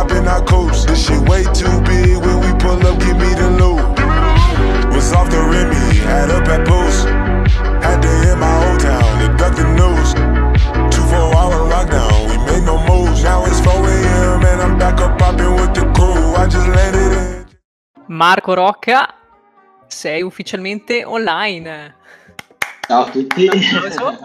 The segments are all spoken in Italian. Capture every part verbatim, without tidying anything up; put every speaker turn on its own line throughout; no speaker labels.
hop in our coast. This shit way too big. When we pull up, give me the loot. Was off the Remy, had up at post. Had to hit my old town to duck the news. Two four hour lockdown, we made no moves. Now it's four a.m. and I'm back up popping with the crew. I just landed in.
Marco Rocca, sei ufficialmente online.
Ciao a tutti.
Un applauso,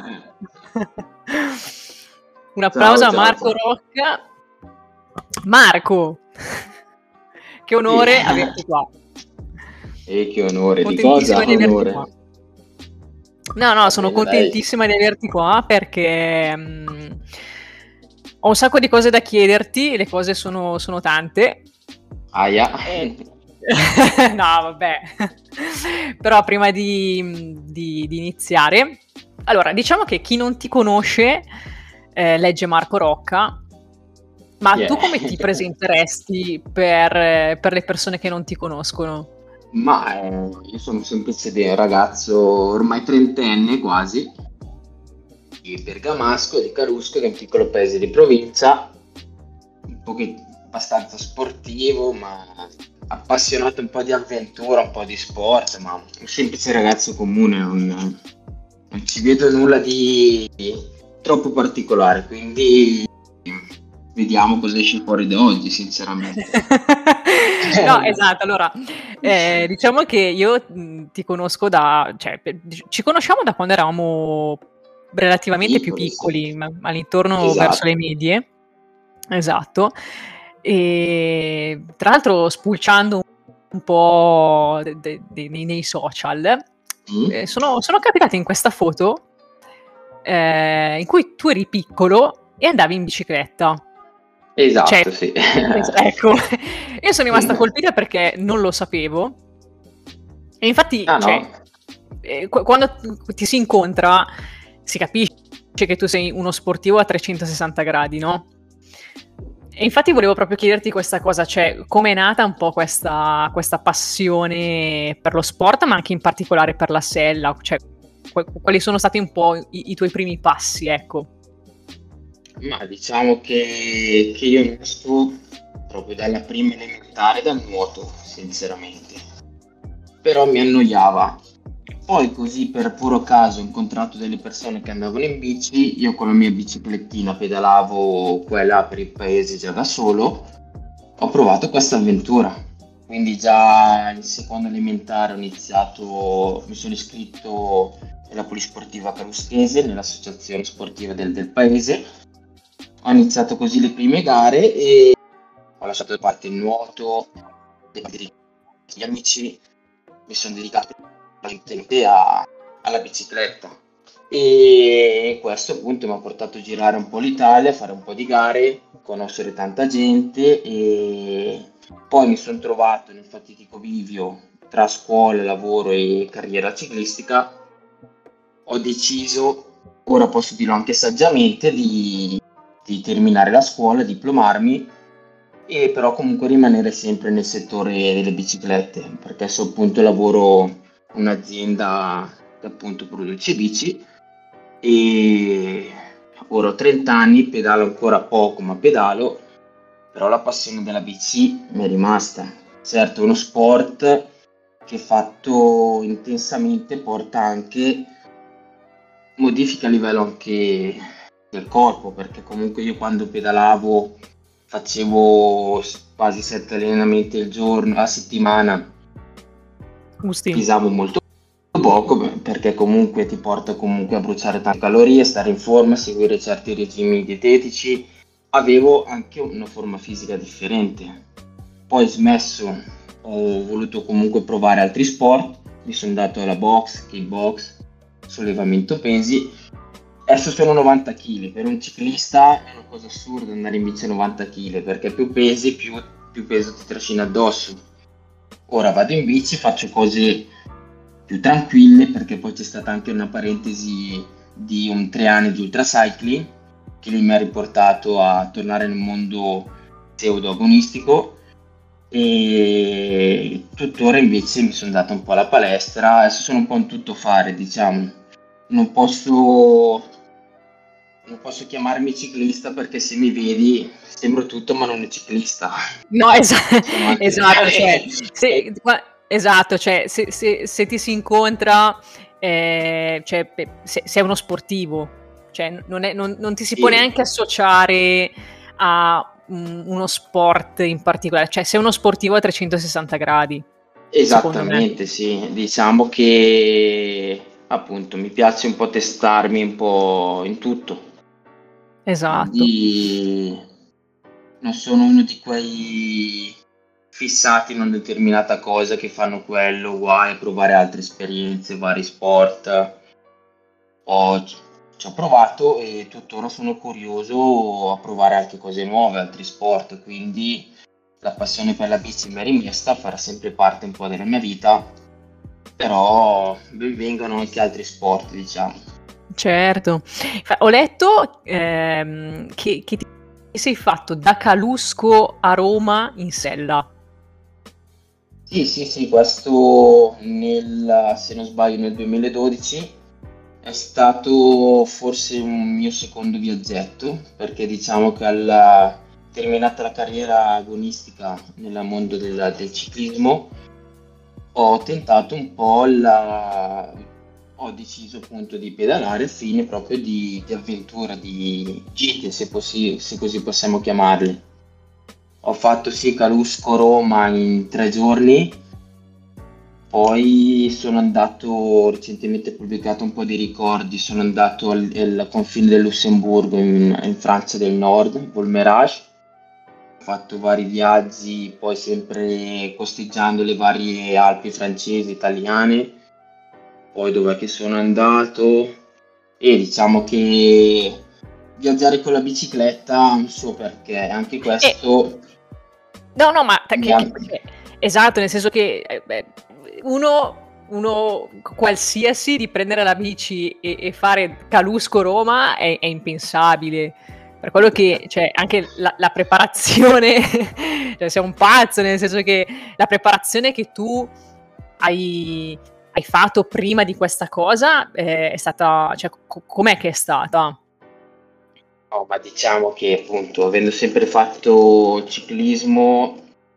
Un applauso
Ciao,
a
ciao,
Marco
ciao.
Rocca. Marco, che onore averti qua.
E che onore, di
Contentissima
cosa?
di averti
Onore.
qua. No, no, sono
bene, dai.
contentissima di averti qua perché mh, ho un sacco di cose da chiederti, le cose sono, sono tante.
Aia.
Eh, no, vabbè. Però prima di, di- di iniziare, allora, diciamo che chi non ti conosce eh, legge Marco Rocca, ma
Chi è?
tu come ti presenteresti per, eh, per le persone che non ti conoscono?
Ma eh, io sono un semplice de- ragazzo ormai trentenne quasi, di Bergamasco, di Carusco, che è un piccolo paese di provincia, un po' abbastanza sportivo, ma appassionato un po' di avventura, un po' di sport, ma un semplice ragazzo comune, non, non ci vedo nulla di troppo particolare, quindi vediamo cosa esce fuori da oggi, sinceramente.
No, esatto, allora, eh, diciamo che io mh, ti conosco da, cioè, per- ci conosciamo da quando eravamo relativamente più
Piccoli, sì.
piccoli, ma- all'intorno
Esatto.
verso le medie, esatto, e tra l'altro spulciando un po' de- de- de- nei, nei social,
Mm?
eh, sono, sono capitata in questa foto eh, in cui tu eri piccolo e andavi in bicicletta.
Esatto,
Cioè,
sì.
ecco, io sono rimasta colpita perché non lo sapevo. E infatti,
Ah, no?
cioè, eh, qu- quando ti si incontra, si capisce che tu sei uno sportivo a trecentosessanta gradi, no? E infatti volevo proprio chiederti questa cosa, cioè, come è nata un po' questa, questa passione per lo sport, ma anche in particolare per la sella, cioè, qu- quali sono stati un po' i, i tuoi primi passi, ecco.
Ma diciamo che, che io nasco proprio dalla prima elementare dal nuoto, sinceramente. Però mi annoiava. Poi così per puro caso ho incontrato delle persone che andavano in bici, io con la mia biciclettina pedalavo qua e là per il paese già da solo, ho provato questa avventura. Quindi già in seconda elementare ho iniziato, mi sono iscritto nella polisportiva caruschese, nell'associazione sportiva del, del paese. Ho iniziato così le prime gare e ho lasciato da parte il nuoto, gli amici, mi sono dedicato a, alla bicicletta e questo appunto mi ha portato a girare un po' l'Italia, a fare un po' di gare, conoscere tanta gente e poi mi sono trovato in un fatidico bivio tra scuola, lavoro e carriera ciclistica. Ho deciso, ora posso dirlo anche saggiamente, di di terminare la scuola, diplomarmi e però comunque rimanere sempre nel settore delle biciclette, perché so appunto lavoro in un'azienda che appunto produce bici e ora ho trenta anni, pedalo ancora poco ma pedalo, però la passione della bici mi è rimasta. Certo, è uno sport che fatto intensamente porta anche modifiche a livello anche del corpo, perché comunque io quando pedalavo facevo quasi sette allenamenti al giorno, a settimana,
Gusti.
pesavo molto poco perché comunque ti porta comunque a bruciare tante calorie, stare in forma, seguire certi regimi dietetici. Avevo anche una forma fisica differente. Poi smesso, ho voluto comunque provare altri sport, mi sono dato alla box, kickbox, sollevamento pesi. Adesso sono novanta chili, per un ciclista è una cosa assurda andare in bici a novanta chili, perché più pesi più, più peso ti trascina addosso. Ora vado in bici, faccio cose più tranquille, perché poi c'è stata anche una parentesi di un tre anni di ultracycling che mi ha riportato a tornare nel mondo pseudo agonistico e tuttora invece mi sono dato un po' alla palestra. Adesso sono un po' un tuttofare, diciamo, non posso non posso chiamarmi ciclista perché se mi vedi sembro tutto ma non è ciclista.
No, esa-
Sono anche-
esatto, cioè, se, gua- esatto, cioè, se, se- se ti si incontra, eh, cioè, pe- se- sei uno sportivo, cioè, non, è- non- non ti si
Sì.
può neanche associare a mm, uno sport in particolare, cioè sei uno sportivo a trecentosessanta gradi. secondo me.
Esattamente, sì. Diciamo che appunto mi piace un po' testarmi un po' in tutto.
Esatto.
Quindi non sono uno di quei fissati in una determinata cosa che fanno quello, uguale, provare altre esperienze, vari sport. Ho, ci ho provato e tuttora sono curioso a provare anche cose nuove, altri sport, quindi la passione per la bici mi è rimesta, farà sempre parte un po' della mia vita, però ben vengano anche altri sport, diciamo.
Certo. Fa- Ho letto ehm, che, che ti sei fatto da Calusco a Roma in sella.
Sì, sì, sì, questo nel, se non sbaglio nel duemiladodici è stato forse un mio secondo viaggetto, perché diciamo che alla terminata la carriera agonistica nel mondo del, del ciclismo, ho tentato un po' la... ho deciso appunto di pedalare a fine proprio di, di avventura, di gite, se, possi- se così possiamo chiamarle. Ho fatto sì Calusco-Roma in tre giorni, poi sono andato, recentemente ho pubblicato un po' di ricordi, sono andato al, al confine del Lussemburgo in, in Francia del Nord, Volmerage. Ho fatto vari viaggi, poi sempre costeggiando le varie Alpi francesi, italiane. Poi dov'è che sono andato? E diciamo che viaggiare con la bicicletta ha un suo perché, anche questo...
No, no, ma che-
mi ha-
che- esatto, nel senso che eh, beh, uno, uno qualsiasi di prendere la bici e, e fare Calusco-Roma è, è impensabile. Per quello che, cioè, anche la, la preparazione, cioè, sei un pazzo, nel senso che la preparazione che tu hai, hai fatto prima di questa cosa eh, è stata, cioè, co- com'è che è stata?
No, ma diciamo che appunto, avendo sempre fatto ciclismo,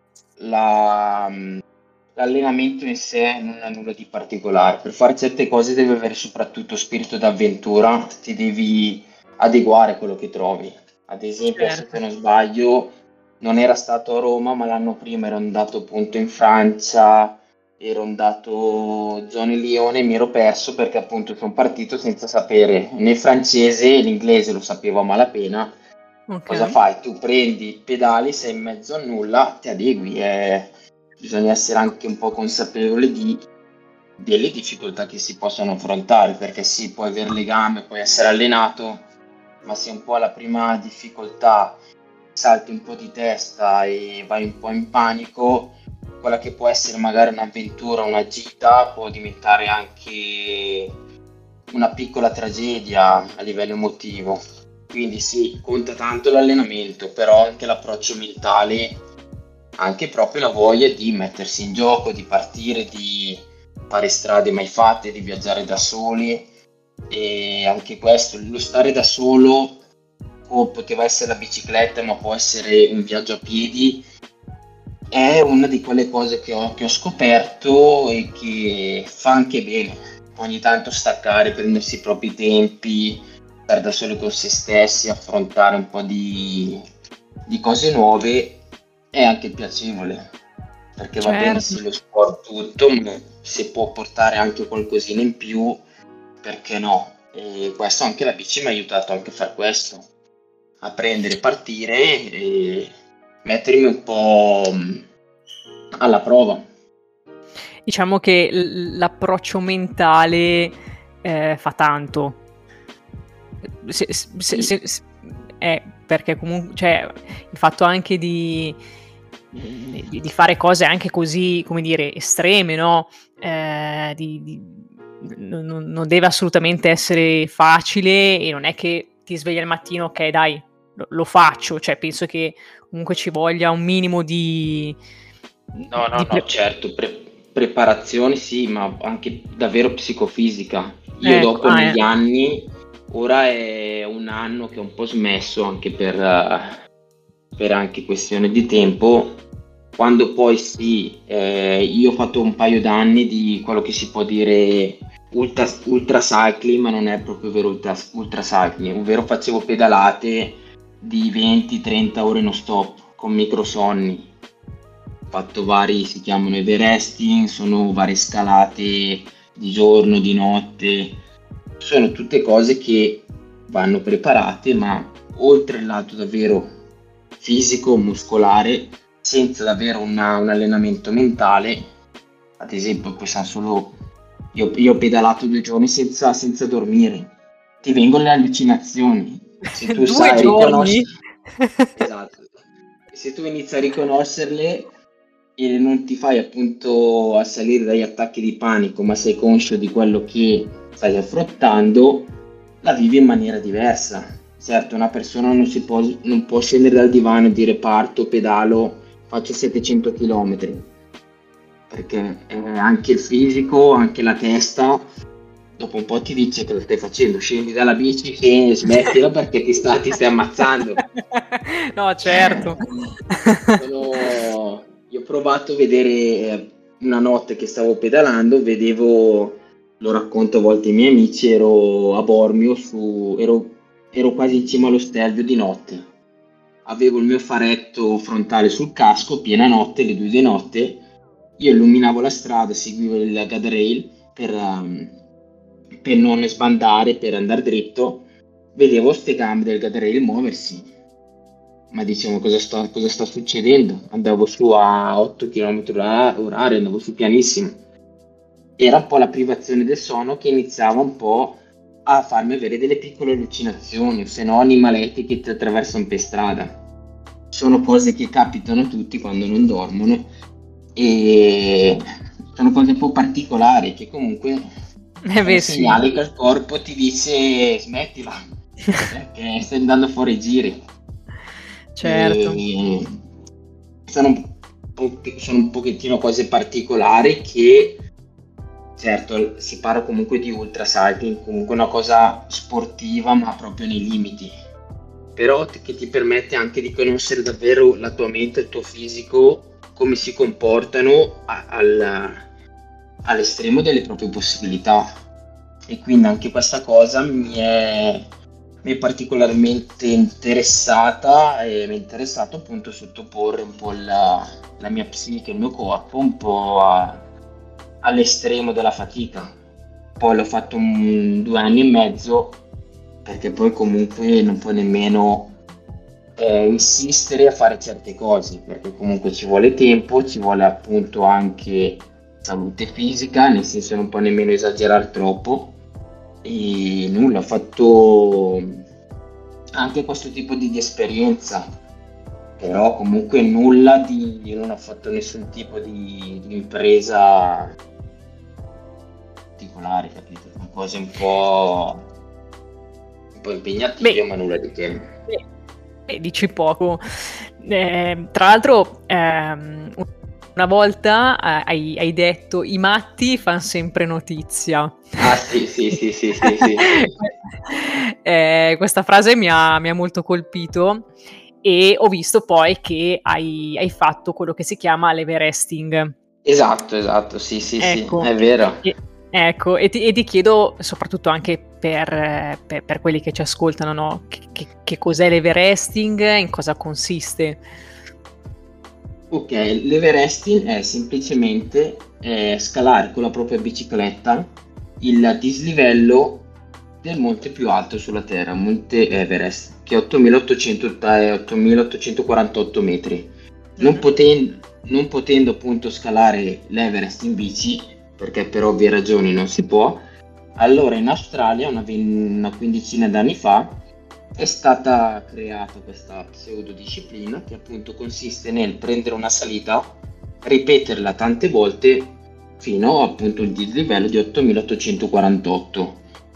la- l'allenamento in sé non è nulla di particolare. Per fare certe cose devi avere soprattutto spirito d'avventura, ti devi adeguare a quello che trovi. Ad esempio, adesso
Certo.
se non sbaglio, non era stato a Roma, ma l'anno prima ero andato appunto in Francia, ero andato zone Lione, mi ero perso perché appunto sono partito senza sapere né il francese, l'inglese lo sapevo a malapena.
Ok.
Cosa fai? Tu prendi, pedali, sei in mezzo a nulla, ti adegui. eh, Bisogna essere anche un po' consapevoli di, delle difficoltà che si possono affrontare, perché sì, puoi avere le gambe, puoi essere allenato, ma se un po' alla prima difficoltà salti un po' di testa e vai un po' in panico, quella che può essere magari un'avventura, una gita, può diventare anche una piccola tragedia a livello emotivo. Quindi sì, conta tanto l'allenamento, però anche l'approccio mentale, anche proprio la voglia di mettersi in gioco, di partire, di fare strade mai fatte, di viaggiare da soli. E anche questo, lo stare da solo, o poteva essere la bicicletta, ma può essere un viaggio a piedi, è una di quelle cose che ho, che ho scoperto e che fa anche bene. Ogni tanto staccare, prendersi i propri tempi, stare da soli con se stessi, affrontare un po' di, di cose nuove è anche piacevole, perché va bene
Certo.
sì lo sport tutto, ma se può portare anche qualcosina in più, perché no? E questo anche la bici mi ha aiutato anche a fare questo, a prendere, partire e mettermi un po' alla prova.
Diciamo che l- l'approccio mentale eh, fa tanto. Se- se- se- se- se- eh, perché comunque, cioè, il fatto anche di, di, di fare cose anche così, come dire, estreme, no? Eh, di- di- non, non- non deve assolutamente essere facile e non è che ti svegli al mattino, ok, dai, lo, lo faccio. Cioè, penso che comunque ci voglia un minimo di...
No, no,
di pre-
no, certo, pre- preparazione sì, ma anche davvero psicofisica. Io
Ecco,
dopo
ah, eh.
negli anni Ora è un anno che ho un po' smesso anche per, eh, per anche questione di tempo. Quando poi sì, eh, io ho fatto un paio d'anni di quello che si può dire ultra, ultra cycling, ma non è proprio vero ultra, ultra cycling, ovvero facevo pedalate di venti trenta ore non stop con microsonni. Ho fatto vari, si chiamano Everesting, sono varie scalate di giorno, di notte, sono tutte cose che vanno preparate, ma oltre il lato davvero fisico, muscolare, senza davvero una- un allenamento mentale. Ad esempio, possiamo solo io, io ho pedalato due giorni senza, senza dormire, ti vengono le allucinazioni. Se tu
Due
sai
giorni?
riconoscere, esatto, se tu inizi a riconoscerle e non ti fai appunto assalire dagli attacchi di panico, ma sei conscio di quello che stai affrontando, la vivi in maniera diversa. Certo, una persona non, si può, non può scendere dal divano e dire parto, pedalo, faccio settecento chilometri, perché eh, anche il fisico, anche la testa, dopo un po' ti dice che lo stai facendo, scendi dalla bici e smettila perché ti, sta, ti stai ammazzando.
No, certo.
Sono- Io ho provato a vedere eh, una notte che stavo pedalando, vedevo, lo racconto a volte ai miei amici, ero a Bormio, su, ero, ero quasi in cima allo Stelvio di notte. Avevo il mio faretto frontale sul casco, piena notte, le due di notte, io illuminavo la strada, seguivo il guardrail per, um, per non sbandare, per andare dritto, vedevo ste gambe del guardrail muoversi, ma dicevo cosa sta, cosa sta succedendo? Andavo su a otto chilometri orari, andavo su pianissimo. Era un po' la privazione del sonno che iniziava un po' a farmi avere delle piccole allucinazioni, se no animaletti che ti attraversano per strada. Sono cose che capitano a tutti quando non dormono e sono cose un po' particolari che comunque
Eh
sono
beh, sì.
segnali che il corpo ti dice smettila perché stai andando fuori giri.
Certo.
E sono, un po- sono un pochettino cose particolari che, certo, si parla comunque di ultra cycling, comunque una cosa sportiva ma proprio nei limiti, però ti- che ti permette anche di conoscere davvero la tua mente, il tuo fisico, come si comportano a- al- all'estremo delle proprie possibilità. E quindi anche questa cosa mi è, mi è particolarmente interessata e mi è interessato appunto sottoporre un po' la, la mia psiche, il mio corpo un po' a- all'estremo della fatica. Poi l'ho fatto un, due anni e mezzo perché poi comunque non puoi nemmeno eh, insistere a fare certe cose perché comunque ci vuole tempo, ci vuole appunto anche salute fisica, nel senso non puoi nemmeno esagerare troppo. E nulla, ho fatto anche questo tipo di, di esperienza, però comunque nulla di, io non ho fatto nessun tipo di, di impresa particolare, capito? Sono cose un po', un po' impegnative,
Beh,
ma nulla di che.
beh, beh, dici poco. Eh, tra l'altro, ehm, una volta eh, hai, hai detto i matti fanno sempre notizia.
Ah sì, sì, sì, sì, sì, sì.
Eh, questa frase mi ha, mi ha molto colpito e ho visto poi che hai, hai fatto quello che si chiama l'Everesting.
Esatto, esatto, sì, sì, sì,
Ecco,
è vero.
e, ecco, e ti, e ti chiedo soprattutto anche per, eh, per- per quelli che ci ascoltano, no? Che, che- che cos'è l'Everesting, in cosa consiste?
Ok, l'Everesting è semplicemente eh, scalare con la propria bicicletta il dislivello del monte più alto sulla Terra, Monte Everest, che è ottomilaottocento eh, ottomilaottocentoquarantotto metri. Non,
Mhm.
poten- non potendo appunto scalare l'Everest in bici, perché per ovvie ragioni non si può, allora in Australia, una, ven- una quindicina d'anni fa, è stata creata questa pseudodisciplina che appunto consiste nel prendere una salita, ripeterla tante volte fino appunto al dislivello di ottomilaottocentoquarantotto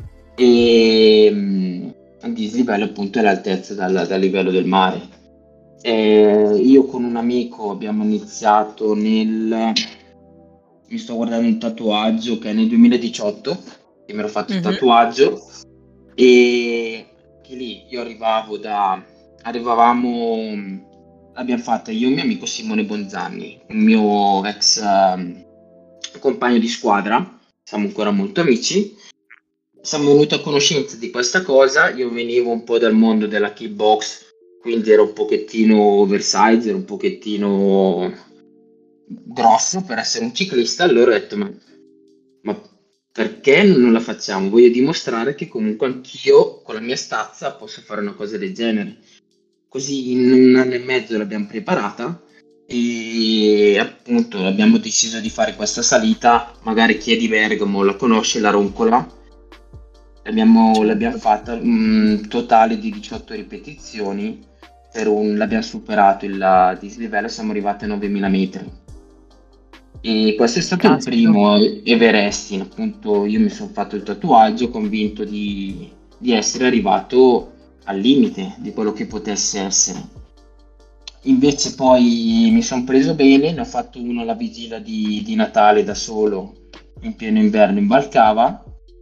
e mh, il dislivello appunto è l'altezza dal, dal livello del mare. Eh, io con un amico abbiamo iniziato nel... mi sto guardando un tatuaggio che è nel duemiladiciotto, che mi ero fatto il
Mhm.
tatuaggio E che lì io arrivavo da arrivavamo l'abbiamo fatta io e il mio amico Simone Bonzanni, un mio ex ehm, compagno di squadra, siamo ancora molto amici. Siamo venuti a conoscenza di questa cosa. Io venivo un po' dal mondo della kickbox, quindi ero un pochettino oversize, ero un pochettino grosso per essere un ciclista. Allora ho detto, ma, ma perché non la facciamo? Voglio dimostrare che comunque anch'io con la mia stazza posso fare una cosa del genere. Così in un anno e mezzo l'abbiamo preparata e appunto abbiamo deciso di fare questa salita. Magari chi è di Bergamo la conosce, la Roncola. L'abbiamo, l'abbiamo fatta un totale di diciotto ripetizioni, per un, l'abbiamo superato il dislivello, siamo arrivati a novemila metri. E questo è stato il
Caspita.
primo Everesting. Appunto io mi sono fatto il tatuaggio convinto di, di essere arrivato al limite di quello che potesse essere. Invece poi mi sono preso bene, ne ho fatto uno alla vigilia di, di Natale da solo in pieno inverno in Valcava,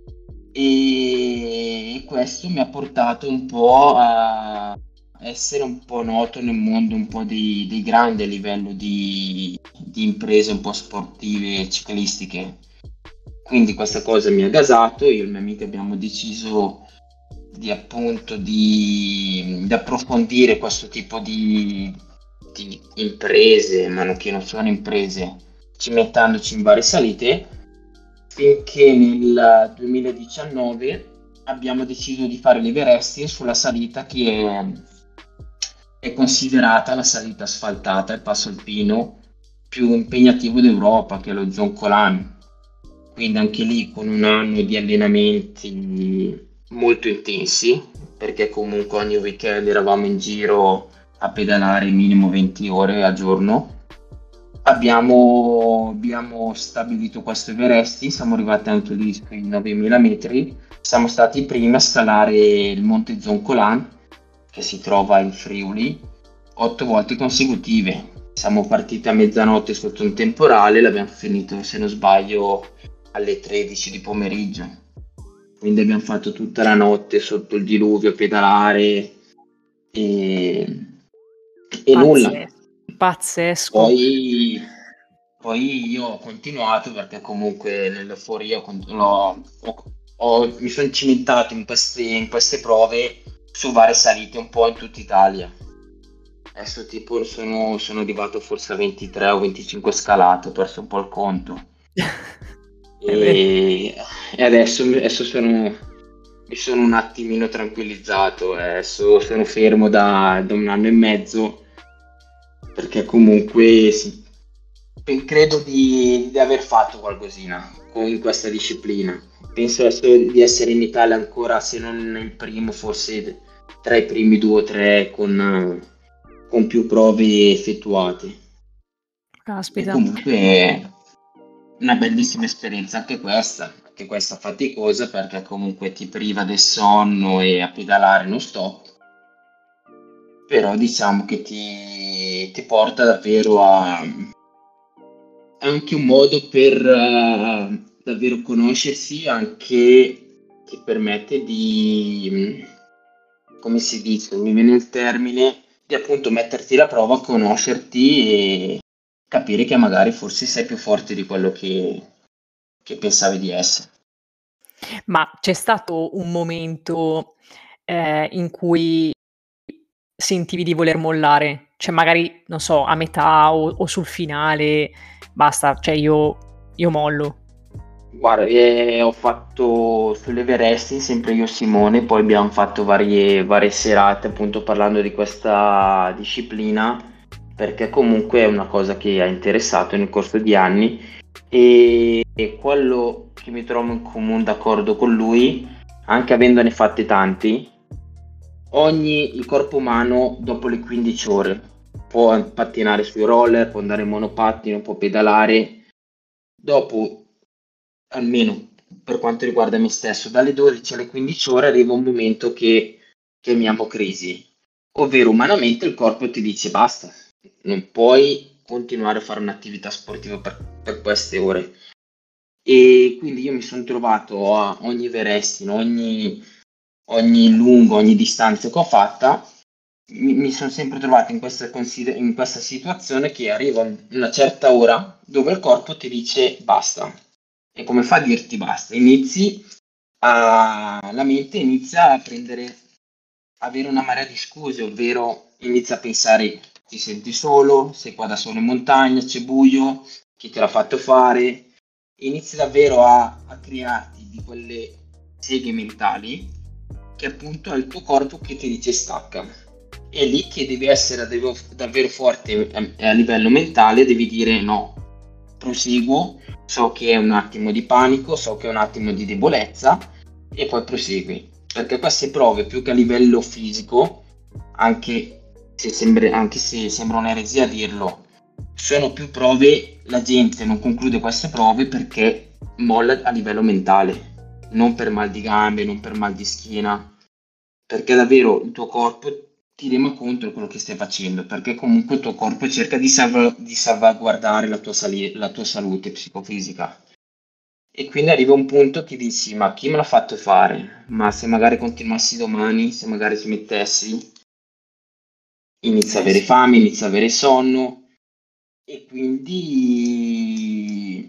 e questo mi ha portato un po' a essere un po' noto nel mondo un po' dei, dei grandi a livello di, di imprese un po' sportive e ciclistiche. Quindi questa cosa mi ha gasato, io e il mio amico abbiamo deciso di appunto di, di approfondire questo tipo di, di imprese, ma non che non sono imprese, cimentandoci in varie salite, finché nel duemiladiciannove abbiamo deciso di fare l'Everesting sulla salita che è, è considerata la salita asfaltata, il passo alpino più impegnativo d'Europa, che è lo Zoncolan. Quindi anche lì con un anno di allenamenti molto intensi, perché comunque ogni weekend eravamo in giro a pedalare minimo venti ore al giorno. Abbiamo, abbiamo stabilito questo Everesting, siamo arrivati anche lì sui novemila metri, siamo stati i primi a scalare il Monte Zoncolan, che si trova in Friuli, otto volte consecutive. Siamo partiti a mezzanotte sotto un temporale, l'abbiamo finito, se non sbaglio, alle tredici di pomeriggio. Quindi abbiamo fatto tutta la notte sotto il diluvio a pedalare e, e nulla.
Pazzesco. Pazzesco.
Poi, poi io ho continuato perché comunque nell'euforia ho con- l'ho- ho- ho- mi sono cimentato in queste, in queste prove su varie salite un po' in tutta Italia. Adesso tipo sono, sono arrivato forse a ventitré o venticinque scalate, ho perso un po' il conto.
Eh beh.
E, e adesso, adesso sono, mi sono un attimino tranquillizzato, adesso sono fermo da, da un anno e mezzo, perché comunque sì, credo di, di aver fatto qualcosina con- in questa disciplina. Penso adesso di essere in Italia ancora, se non il primo, forse tra i primi due o tre con, con più prove effettuate. E
Caspita.
comunque è una bellissima esperienza anche questa, anche questa faticosa perché comunque ti priva del sonno e a pedalare non stop, però diciamo che ti, ti porta davvero a è anche un modo per eh, davvero conoscersi, anche ti permette di, come si dice, mi viene il termine, di appunto metterti alla prova, conoscerti e capire che magari forse sei più forte di quello che, che pensavi di essere.
Ma c'è stato un momento, ehm, in cui sentivi di voler mollare? Cioè magari, non so, a metà o o sul finale, basta, cioè io io mollo.
Guarda, eh, ho fatto sull'Everesting, sempre io e Simone, poi abbiamo fatto varie, varie serate appunto parlando di questa disciplina, perché comunque è una cosa che ha interessato nel corso di anni e, e quello che mi trovo in comune d'accordo con lui, anche avendone fatti tanti, ogni il corpo umano dopo le quindici ore può pattinare sui roller, può andare in monopattino, può pedalare. Dopo, almeno per quanto riguarda me stesso, dalle dodici alle quindici ore arriva un momento che chiamiamo crisi, ovvero umanamente il corpo ti dice basta, non puoi continuare a fare un'attività sportiva per, per queste ore. E quindi io mi sono trovato a ogni Everesting, ogni ogni lungo, ogni distanza che ho fatta, mi, mi sono sempre trovato in questa, consider- in questa situazione che arriva una certa ora dove il corpo ti dice basta. E come fa a dirti basta? Inizi a, la mente inizia a prendere, avere una marea di scuse, ovvero inizia a pensare ti senti solo, sei qua da solo in montagna, c'è buio, chi te l'ha fatto fare, inizi davvero a, a crearti di quelle seghe mentali che appunto è il tuo corpo che ti dice stacca. È lì che devi essere davvero, davvero forte a, a livello mentale, devi dire no, proseguo, so che è un attimo di panico, so che è un attimo di debolezza e poi prosegui, perché queste prove più che a livello fisico, anche se sembra, anche se sembra un'eresia dirlo, sono più prove, la gente non conclude queste prove perché molla a livello mentale, non per mal di gambe, non per mal di schiena, perché davvero il tuo corpo ti rema contro quello che stai facendo, perché comunque il tuo corpo cerca di, salv- di salvaguardare la tua, sali- la tua salute psicofisica. E quindi arriva un punto che dici, ma chi me l'ha fatto fare? Ma se magari continuassi domani, se magari ci mettessi, inizia a
Eh
avere
sì.
fame, inizia a avere sonno e quindi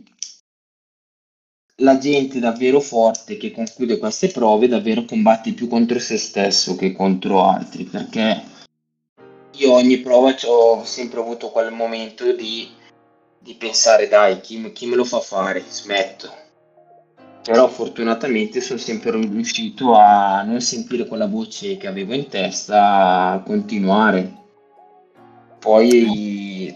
la gente davvero forte che conclude queste prove davvero combatte più contro se stesso che contro altri, perché io ogni prova ci ho sempre avuto quel momento di, di pensare dai, chi, me- chi me lo fa fare? Smetto. Però fortunatamente sono sempre riuscito a non sentire quella voce che avevo in testa, a continuare. Poi,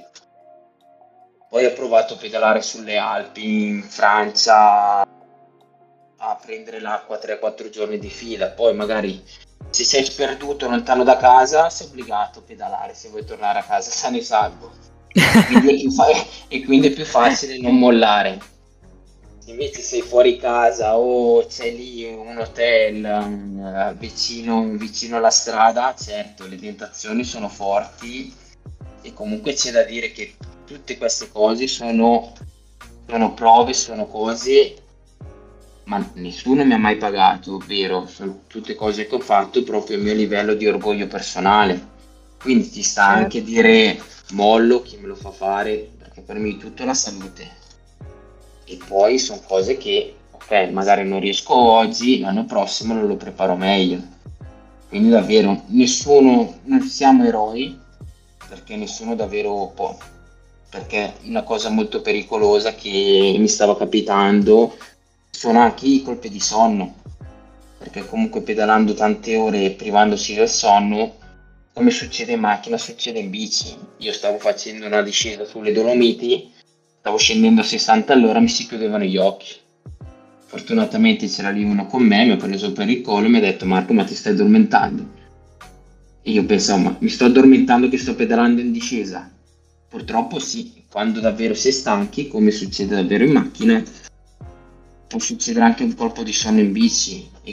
poi ho provato a pedalare sulle Alpi in Francia, a prendere l'acqua tre quattro giorni di fila. Poi magari se sei sperduto lontano da casa sei obbligato a pedalare se vuoi tornare a casa sano e salvo. E quindi è più, fa- e quindi è più facile non mollare. Se invece sei fuori casa o c'è lì un hotel eh, vicino, vicino alla strada, certo, le tentazioni sono forti e comunque c'è da dire che tutte queste cose sono, sono prove, sono cose, ma nessuno mi ha mai pagato, ovvero sono tutte cose che ho fatto proprio a mio livello di orgoglio personale. Quindi ti sta
Certo.
anche dire mollo chi me lo fa fare, perché per me tutto è la salute. E poi sono cose che, ok, magari non riesco oggi, l'anno prossimo lo preparo meglio. Quindi davvero nessuno, non siamo eroi, perché nessuno davvero può. Perché una cosa molto pericolosa che mi stava capitando sono anche i colpi di sonno, perché comunque pedalando tante ore e privandosi del sonno, come succede in macchina, succede in bici. Io stavo facendo una discesa sulle Dolomiti, stavo scendendo a sessanta all'ora, mi si chiudevano gli occhi. Fortunatamente c'era lì uno con me, mi ha preso per il collo e mi ha detto Marco, ma ti stai addormentando? E io pensavo, ma mi sto addormentando che sto pedalando in discesa? Purtroppo sì, quando davvero si è stanchi, come succede davvero in macchina, può succedere anche un colpo di sonno in bici e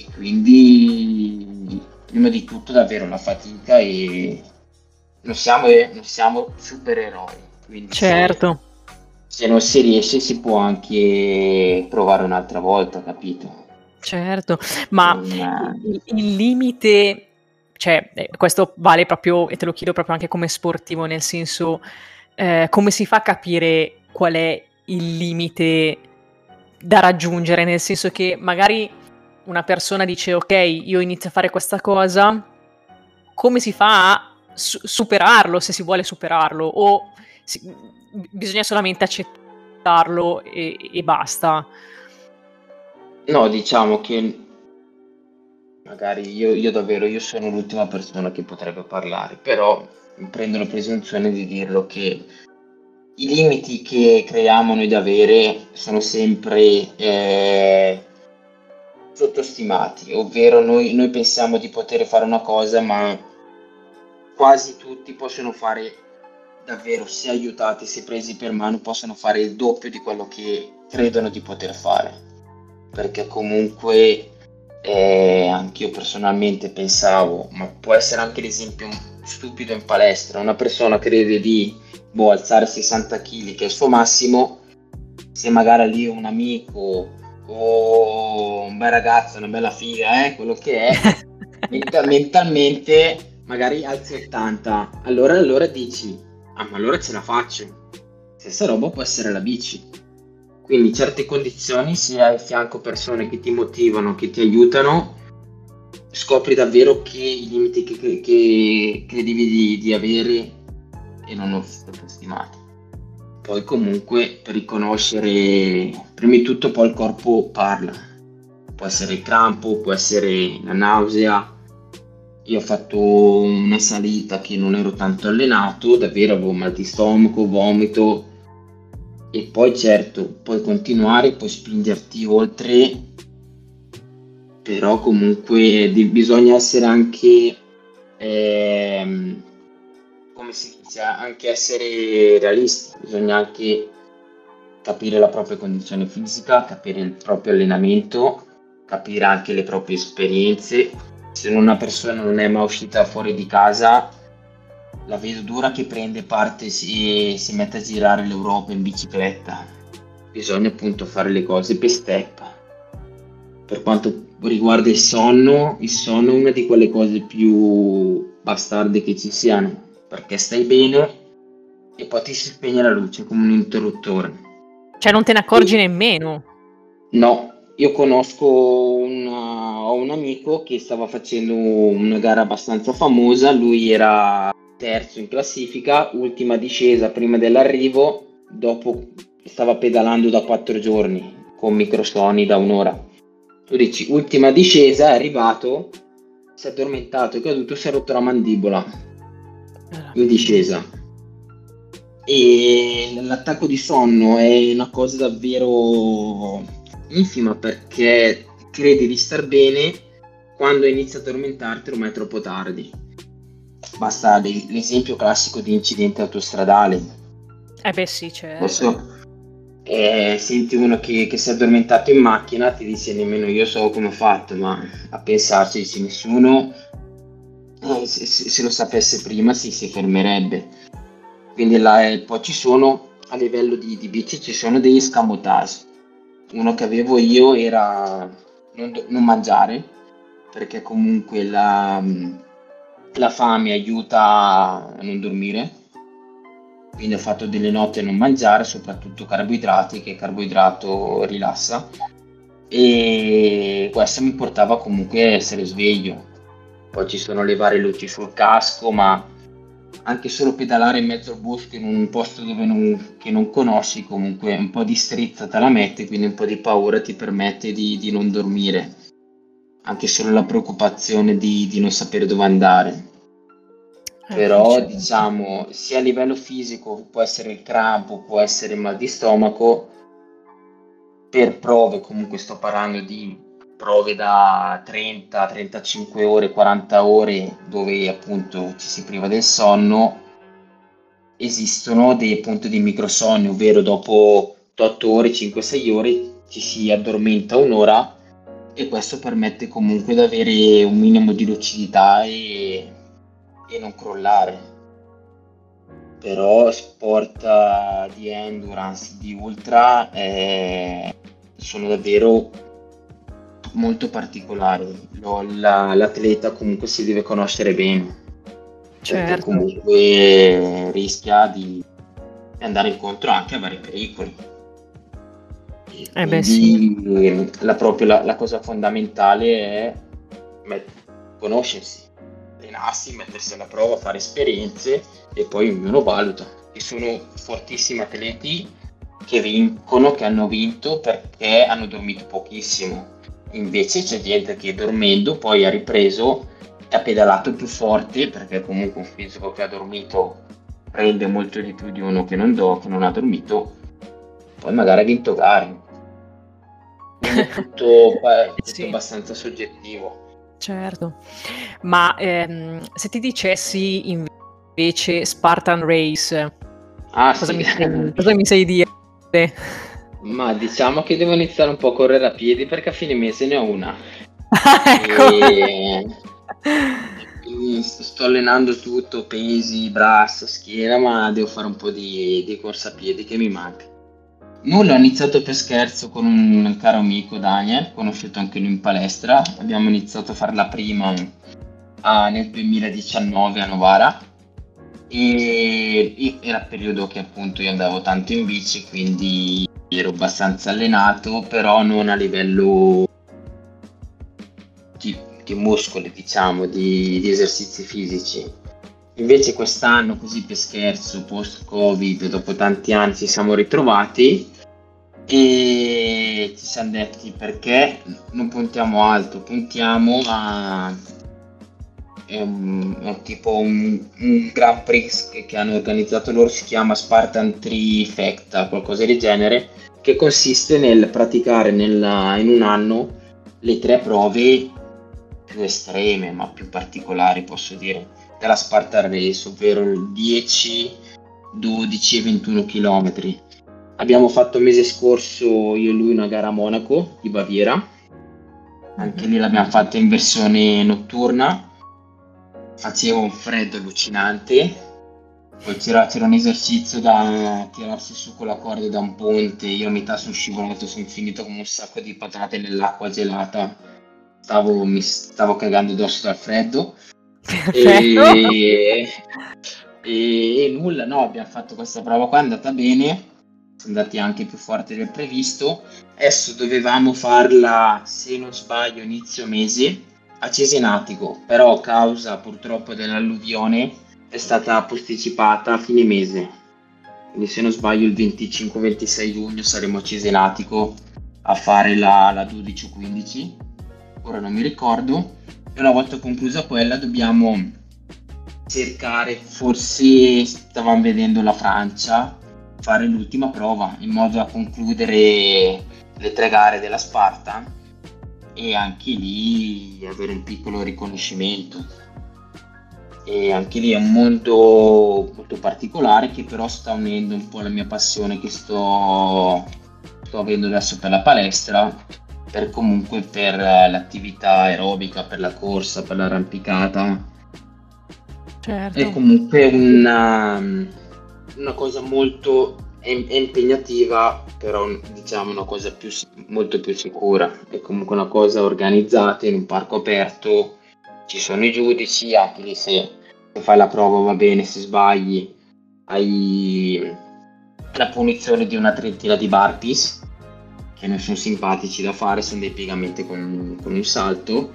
quindi prima di tutto davvero la fatica e non siamo, non siamo supereroi, quindi se,
Certo.
se non si riesce si può anche provare un'altra volta, capito?
Certo, ma
Non,
il il limite, cioè, ehm, questo vale proprio e te lo chiedo proprio anche come sportivo, nel senso, ehm, come si fa a capire qual è il limite da raggiungere? Nel senso che magari una persona dice: "Okay, io inizio a fare questa cosa", come si fa a su superarlo, se si vuole superarlo, o si b bisogna solamente accettarlo e e basta?
no, diciamo che magari io, io davvero io sono l'ultima persona che potrebbe parlare, però prendo la presunzione di dirlo che i limiti che creiamo noi da avere sono sempre eh, sottostimati, ovvero noi, noi pensiamo di poter fare una cosa, ma quasi tutti possono fare davvero, se aiutati, se presi per mano, possono fare il doppio di quello che credono di poter fare. Perché comunque eh, anch'io personalmente pensavo, ma può essere anche l'esempio stupido in palestra, una persona crede di boh, alzare sessanta chili che è il suo massimo, se magari lì un amico o un bel ragazzo, una bella figa, eh, quello che è, Menta- mentalmente magari alzi ottanta, allora, allora dici, ah ma allora ce la faccio. Stessa roba può essere la bici. Quindi certe condizioni, se hai a fianco persone che ti motivano, che ti aiutano, scopri davvero che i limiti che, che, che credevi di, di avere e non ho stimato. Poi comunque per riconoscere, prima di tutto poi il corpo parla, può essere il crampo, può essere la nausea. Io ho fatto una salita che non ero tanto allenato, davvero avevo mal di stomaco, vomito, e poi certo, puoi continuare, puoi spingerti oltre, però comunque di- bisogna essere anche, ehm, come si dice, anche essere realisti, bisogna anche capire la propria condizione fisica, capire il proprio allenamento, capire anche le proprie esperienze. Se una persona non è mai uscita fuori di casa, la vedo dura che prende parte e si, si mette a girare l'Europa in bicicletta. Bisogna appunto fare le cose per step. Per quanto riguarda il sonno, il sonno è una di quelle cose più bastarde che ci siano, perché stai bene e poi ti si spegne la luce come un interruttore.
Cioè non te ne accorgi nemmeno.
No, io conosco una- ho un amico che stava facendo una gara abbastanza famosa, lui era terzo in classifica, ultima discesa prima dell'arrivo, dopo stava pedalando da quattro giorni con microsoni da un'ora. Tu dici, ultima discesa, è arrivato, si è addormentato, è caduto, si è rotto la mandibola in discesa. E l'attacco di sonno è una cosa davvero infima, perché credi di star bene, quando inizi a addormentarti ormai è troppo tardi. Basta l- l'esempio classico di incidente autostradale.
Eh beh sì, certo.
Adesso eh, senti uno che, che si è addormentato in macchina, ti dice nemmeno io so come ho fatto, ma a pensarci dice nessuno, eh, se, se- se lo sapesse prima si, si fermerebbe. Quindi là, eh, poi ci sono, a livello di, di bici, ci sono degli escamotage. Uno che avevo io era non, do- non mangiare, perché comunque la, la fame aiuta a non dormire. Quindi ho fatto delle notti a non mangiare, soprattutto carboidrati, che il carboidrato rilassa. E questo mi portava comunque a essere sveglio. Poi ci sono le varie luci sul casco, ma anche solo pedalare in mezzo al bosco in un posto dove non, che non conosci, comunque un po' di strizza te la mette, quindi un po' di paura ti permette di, di non dormire, anche solo la preoccupazione di, di non sapere dove andare.
Eh,
Però
certo.
diciamo, sia a livello fisico può essere il crampo, può essere il mal di stomaco, per prove, comunque sto parlando di prove da trenta trentacinque ore, quaranta ore, dove appunto ci si priva del sonno, esistono dei punti di microsonno, ovvero dopo otto ore, cinque sei ore ci si addormenta un'ora, e questo permette comunque di avere un minimo di lucidità e, e non crollare. Però sport eh, di endurance, di ultra, eh, sono davvero molto particolari. Lo- la- l'atleta comunque si deve conoscere bene, perché
Certo.
comunque rischia di andare incontro anche a vari pericoli. E
Eh beh sì.
quindi la, proprio la, la cosa fondamentale è met- conoscersi, allenarsi, mettersi alla prova, fare esperienze e poi ognuno valuta. Ci sono fortissimi atleti che vincono, che hanno vinto perché hanno dormito pochissimo. Invece c'è gente che dormendo poi ha ripreso e ha pedalato più forte, perché comunque un fisico che ha dormito rende molto di più di uno che non, do, che non ha dormito, poi magari ha vinto gare. Quindi è tutto, è tutto
Sì.
abbastanza soggettivo.
Certo, ma ehm, se ti dicessi invece Spartan Race,
Ah
cosa
sì,
mi sai, cosa mi sai dire?
ma diciamo che devo iniziare un po' a correre a piedi, perché a fine mese ne ho una.
Ecco.
E quindi sto, sto allenando tutto, pesi, braccia, schiena, ma devo fare un po' di, di corsa a piedi che mi manca. Nulla, ho iniziato per scherzo con un caro amico, Daniel, conosciuto anche lui in palestra. Abbiamo iniziato a fare la prima a- nel duemiladiciannove a Novara e, e era il periodo che appunto io andavo tanto in bici, quindi ero abbastanza allenato, però non a livello di, di muscoli, diciamo, di, di esercizi fisici. Invece quest'anno, così per scherzo, post-Covid, dopo tanti anni ci siamo ritrovati e ci siamo detti perché non puntiamo alto, puntiamo a è un, è tipo un, un Grand Prix che, che hanno organizzato loro, si chiama Spartan Trifecta, qualcosa del genere, che consiste nel praticare nella, in un anno le tre prove più estreme, ma più particolari, posso dire, della Spartan Race, ovvero il dieci, dodici e ventuno chilometri. Abbiamo fatto il mese scorso io e lui una gara a Monaco di Baviera, anche lì l'abbiamo fatta in versione notturna, faceva un freddo allucinante, poi c'era, c'era un esercizio da tirarsi su con la corda da un ponte, io a metà sono scivolato, sono finito come un sacco di patate nell'acqua gelata, stavo, mi stavo cagando addosso dal freddo. E, e, e nulla, no, abbiamo fatto questa prova qua, è andata bene, siamo andati anche più forti del previsto. Adesso dovevamo farla, se non sbaglio, inizio mese a Cesenatico, però a causa purtroppo dell'alluvione è stata posticipata a fine mese, quindi se non sbaglio il venticinque ventisei giugno saremo a Cesenatico a fare la, la dodici o quindici, ora non mi ricordo. E una volta conclusa quella dobbiamo cercare, forse stavamo vedendo la Francia, fare l'ultima prova in modo da concludere le tre gare della Spartan e anche lì avere un piccolo riconoscimento. E anche lì è un mondo molto particolare che però sta unendo un po' la mia passione che sto, sto avendo adesso per la palestra, per comunque per l'attività aerobica, per la corsa, per l'arrampicata.
Certo.
È comunque una, una cosa molto è, è impegnativa, però diciamo una cosa più, molto più sicura. È comunque una cosa organizzata in un parco aperto, ci sono i giudici, anche lì se, se fai la prova va bene, se sbagli hai la punizione di una trentina di burpees, che non sono simpatici da fare, sono dei piegamenti con, con un salto.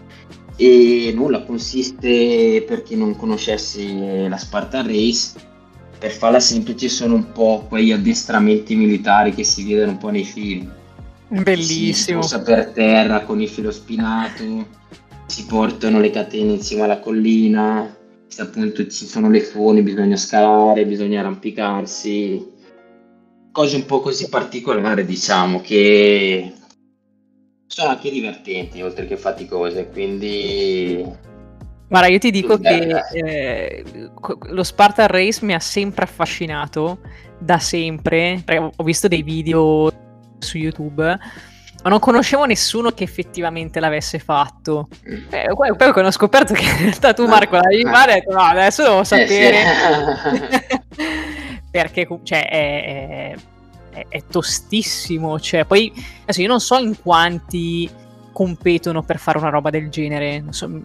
E nulla, consiste, per chi non conoscesse la Spartan Race, per farla semplice sono un po' quegli addestramenti militari che si vedono un po' nei film.
Bellissimo.
Si sposta per terra con il filo spinato, si portano le catene insieme alla collina, se appunto ci sono le funi bisogna scalare, bisogna arrampicarsi, cose un po' così particolari, diciamo, che sono anche divertenti oltre che faticose, quindi
guarda, io ti dico che
bella.
eh, lo Spartan Race mi ha sempre affascinato, da sempre, perché ho visto dei video su YouTube, ma non conoscevo nessuno che effettivamente l'avesse fatto. Eh, poi, poi quando ho scoperto che in realtà tu, Marco, l'avevi fatto, ho detto no, adesso devo sapere.
Eh, sì.
Perché cioè, è, è, è tostissimo. Cioè, poi adesso io non so in quanti competono per fare una roba del genere. Non so.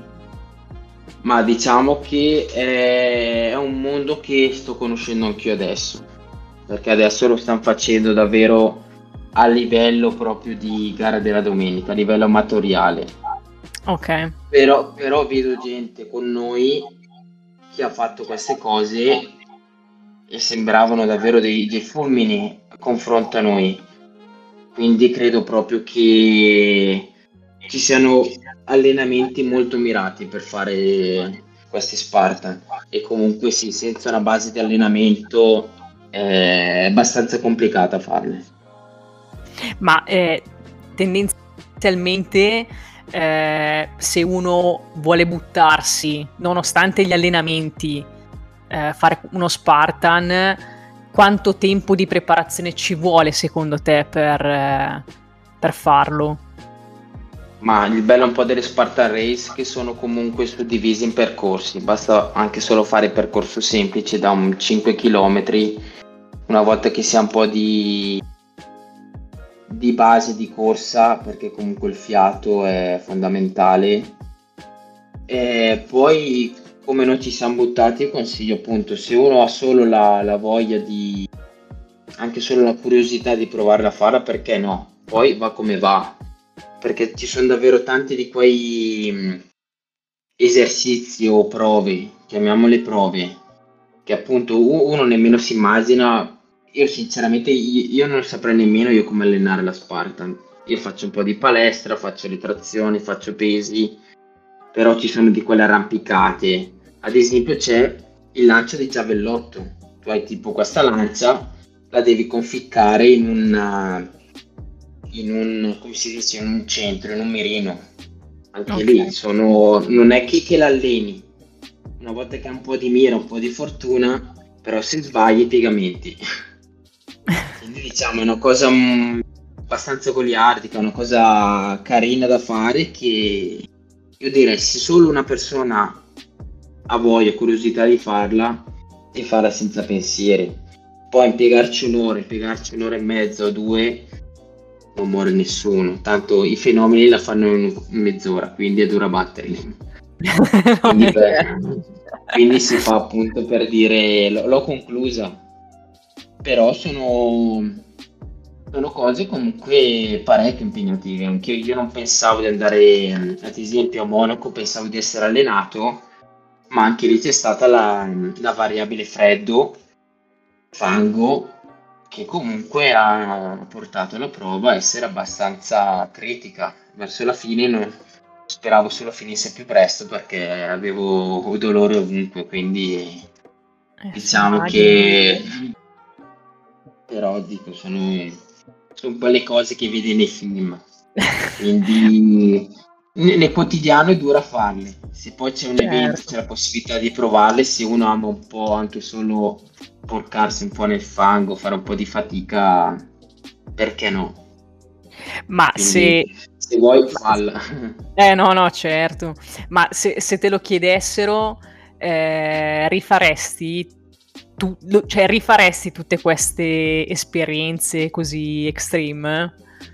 Ma diciamo che è un mondo che sto conoscendo anch'io adesso, perché adesso lo stanno facendo davvero a livello proprio di gara della domenica, a livello amatoriale.
Ok.
Però, però vedo gente con noi che ha fatto queste cose e sembravano davvero dei, dei fulmini a confronto a noi. Quindi credo proprio che ci siano allenamenti molto mirati per fare questi Spartan, e comunque sì, senza una base di allenamento è abbastanza complicata farle.
Ma eh, tendenzialmente eh, se uno vuole buttarsi nonostante gli allenamenti, eh, fare uno Spartan, quanto tempo di preparazione ci vuole secondo te per, eh, per farlo?
Ma il bello un po' delle Spartan Race che sono comunque suddivisi in percorsi, basta anche solo fare percorso semplice da un cinque chilometri, una volta che si ha un po' di, di base di corsa, perché comunque il fiato è fondamentale. E poi, come non ci siamo buttati, consiglio appunto, se uno ha solo la, la voglia di, anche solo la curiosità di provarla a farla, perché no? Poi va come va, perché ci sono davvero tanti di quei mh, esercizi o prove, chiamiamole prove, che appunto u- uno nemmeno si immagina. Io sinceramente, io, io non saprei nemmeno io come allenare la Spartan. Io faccio un po' di palestra, faccio le trazioni, faccio pesi, però ci sono di quelle arrampicate. Ad esempio c'è il lancio di giavellotto. Tu hai tipo questa lancia, la devi conficcare in un, in un, come si dice, in un centro, in un mirino. Anche
Ok.
lì sono, non è che, che l'alleni. Una volta che hai un po' di mira, un po' di fortuna, però se sbagli i piegamenti. Quindi diciamo è una cosa mm, abbastanza goliardica, una cosa carina da fare, che io direi se solo una persona ha voglia, curiosità di farla, di farla senza pensieri. Poi impiegarci un'ora, impiegarci un'ora e mezza o due, non muore nessuno. Tanto i fenomeni la fanno in mezz'ora, quindi è dura batterli. Quindi, per- quindi si fa appunto per dire, l- l'ho conclusa. Però sono, sono cose comunque parecchio impegnative. Anche io non pensavo di andare, ad esempio, a Monaco, pensavo di essere allenato, ma anche lì c'è stata la, la variabile freddo, fango, che comunque ha portato la prova a essere abbastanza critica. Verso la fine non- speravo solo finisse più presto perché avevo dolore ovunque, quindi
Eh, sì,
diciamo
immagino.
che però dico, sono, sono un po' le cose che vedi nei film, quindi ne- nel quotidiano è dura farle. Se poi c'è un evento,
Certo.
c'è la possibilità di provarle, se uno ama un po' anche solo porcarsi un po' nel fango, fare un po' di fatica, perché no?
Ma se...
Quindi se vuoi
ma-
falla.
Eh no, no, certo. Ma se, se te lo chiedessero, eh, rifaresti, tu, lo- cioè rifaresti tutte queste esperienze così extreme?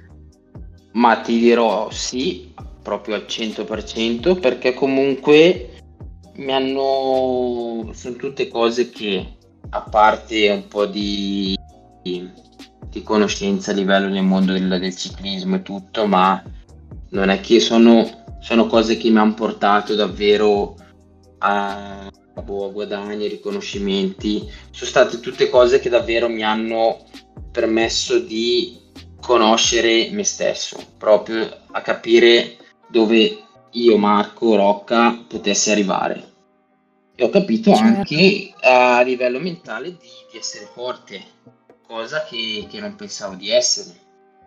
Ma ti dirò sì, proprio al cento per cento, perché comunque mi hanno... sono tutte cose che, a parte un po' di, di conoscenza a livello nel mondo del, del ciclismo e tutto, ma non è che sono, sono cose che mi hanno portato davvero a, a boh, a guadagni, riconoscimenti. Sono state tutte cose che davvero mi hanno permesso di conoscere me stesso, proprio a capire dove io, Marco Rocca, potessi arrivare. E ho capito
Certo.
anche a livello mentale di, di essere forte, cosa che, che non pensavo di essere.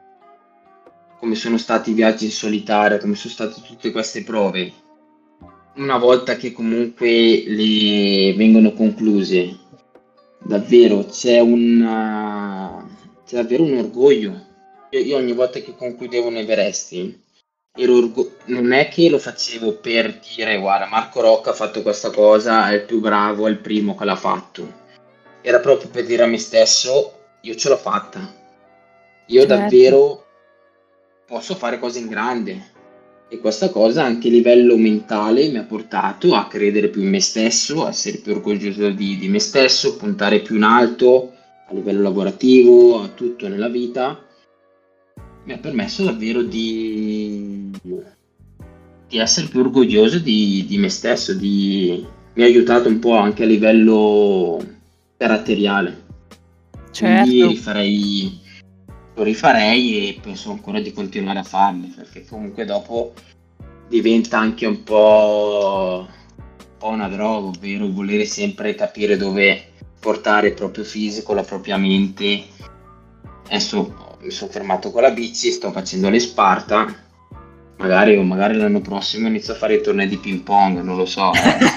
Come sono stati i viaggi in solitaria, come sono state tutte queste prove. Una volta che comunque le vengono concluse, davvero c'è un, c'è davvero un orgoglio. Io, io ogni volta che concludevo un Everest, ero orgo- non è che lo facevo per dire guarda Marco Rocca ha fatto questa cosa, è il più bravo, è il primo che l'ha fatto. Era proprio per dire a me stesso io ce l'ho fatta. Io
Certo.
davvero posso fare cose in grande. E questa cosa anche a livello mentale mi ha portato a credere più in me stesso, a essere più orgoglioso di, di me stesso, puntare più in alto a livello lavorativo, a tutto nella vita. Mi ha permesso davvero di, di essere più orgoglioso di, di me stesso, di, mi ha aiutato un po' anche a livello caratteriale. Quindi
Certo.
rifarei, lo rifarei e penso ancora di continuare a farlo, perché comunque dopo diventa anche un po', un po' una droga, ovvero volere sempre capire dove portare il proprio fisico, la propria mente. Adesso mi sono fermato con la bici, sto facendo le Sparta, magari, o magari l'anno prossimo inizio a fare i tornei di ping pong, non lo so.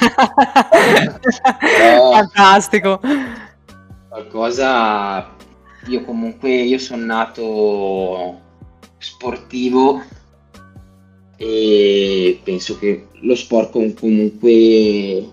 eh. Però
Fantastico.
qualcosa, io comunque, io sono nato sportivo e penso che lo sport com- comunque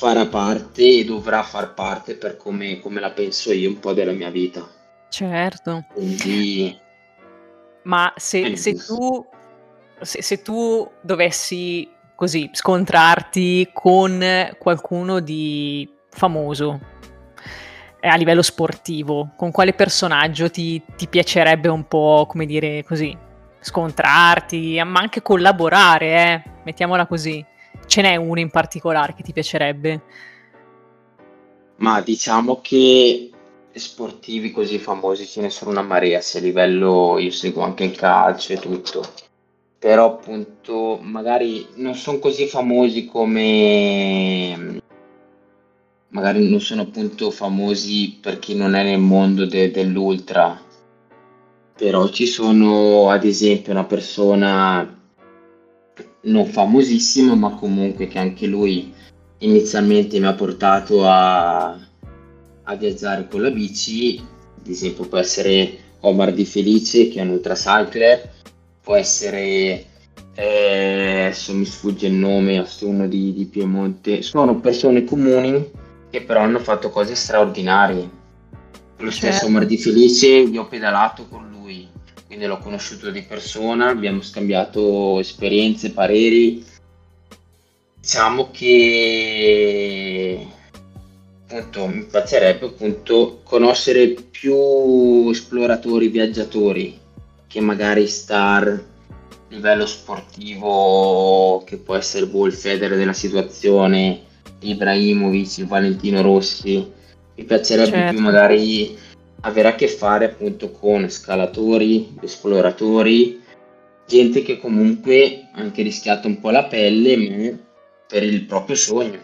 farà parte e dovrà far parte, per come, come la penso io, un po' della mia vita.
Certo.
Quindi
Ma se,
eh,
se tu se, se tu dovessi così scontrarti con qualcuno di famoso eh, a livello sportivo, con quale personaggio ti, ti piacerebbe un po', come dire così, scontrarti, ma anche collaborare, eh? Mettiamola così. Ce n'è uno in particolare che ti piacerebbe?
ma diciamo che sportivi così famosi ce ne sono una marea, se a livello io seguo anche il calcio e tutto, però appunto magari non sono così famosi come magari non sono appunto famosi per chi non è nel mondo de- dell'ultra, però ci sono ad esempio una persona non famosissimo, ma comunque che anche lui inizialmente mi ha portato a, a viaggiare con la bici. Ad esempio può essere Omar Di Felice, che è un ultracycler, può essere, eh, adesso mi sfugge il nome, uno di, di Piemonte. Sono persone comuni che però hanno fatto cose straordinarie. Lo stesso
Certo.
Omar Di Felice, io ho pedalato con lui, quindi l'ho conosciuto di persona, abbiamo scambiato esperienze, pareri. Diciamo che appunto mi piacerebbe appunto conoscere più esploratori, viaggiatori, che magari star a livello sportivo, che può essere boh, il Federer della situazione, Ibrahimovic, il Valentino Rossi. Mi piacerebbe
Certo.
più magari avere a che fare appunto con scalatori, esploratori, gente che comunque ha anche rischiato un po' la pelle, ma per il proprio sogno.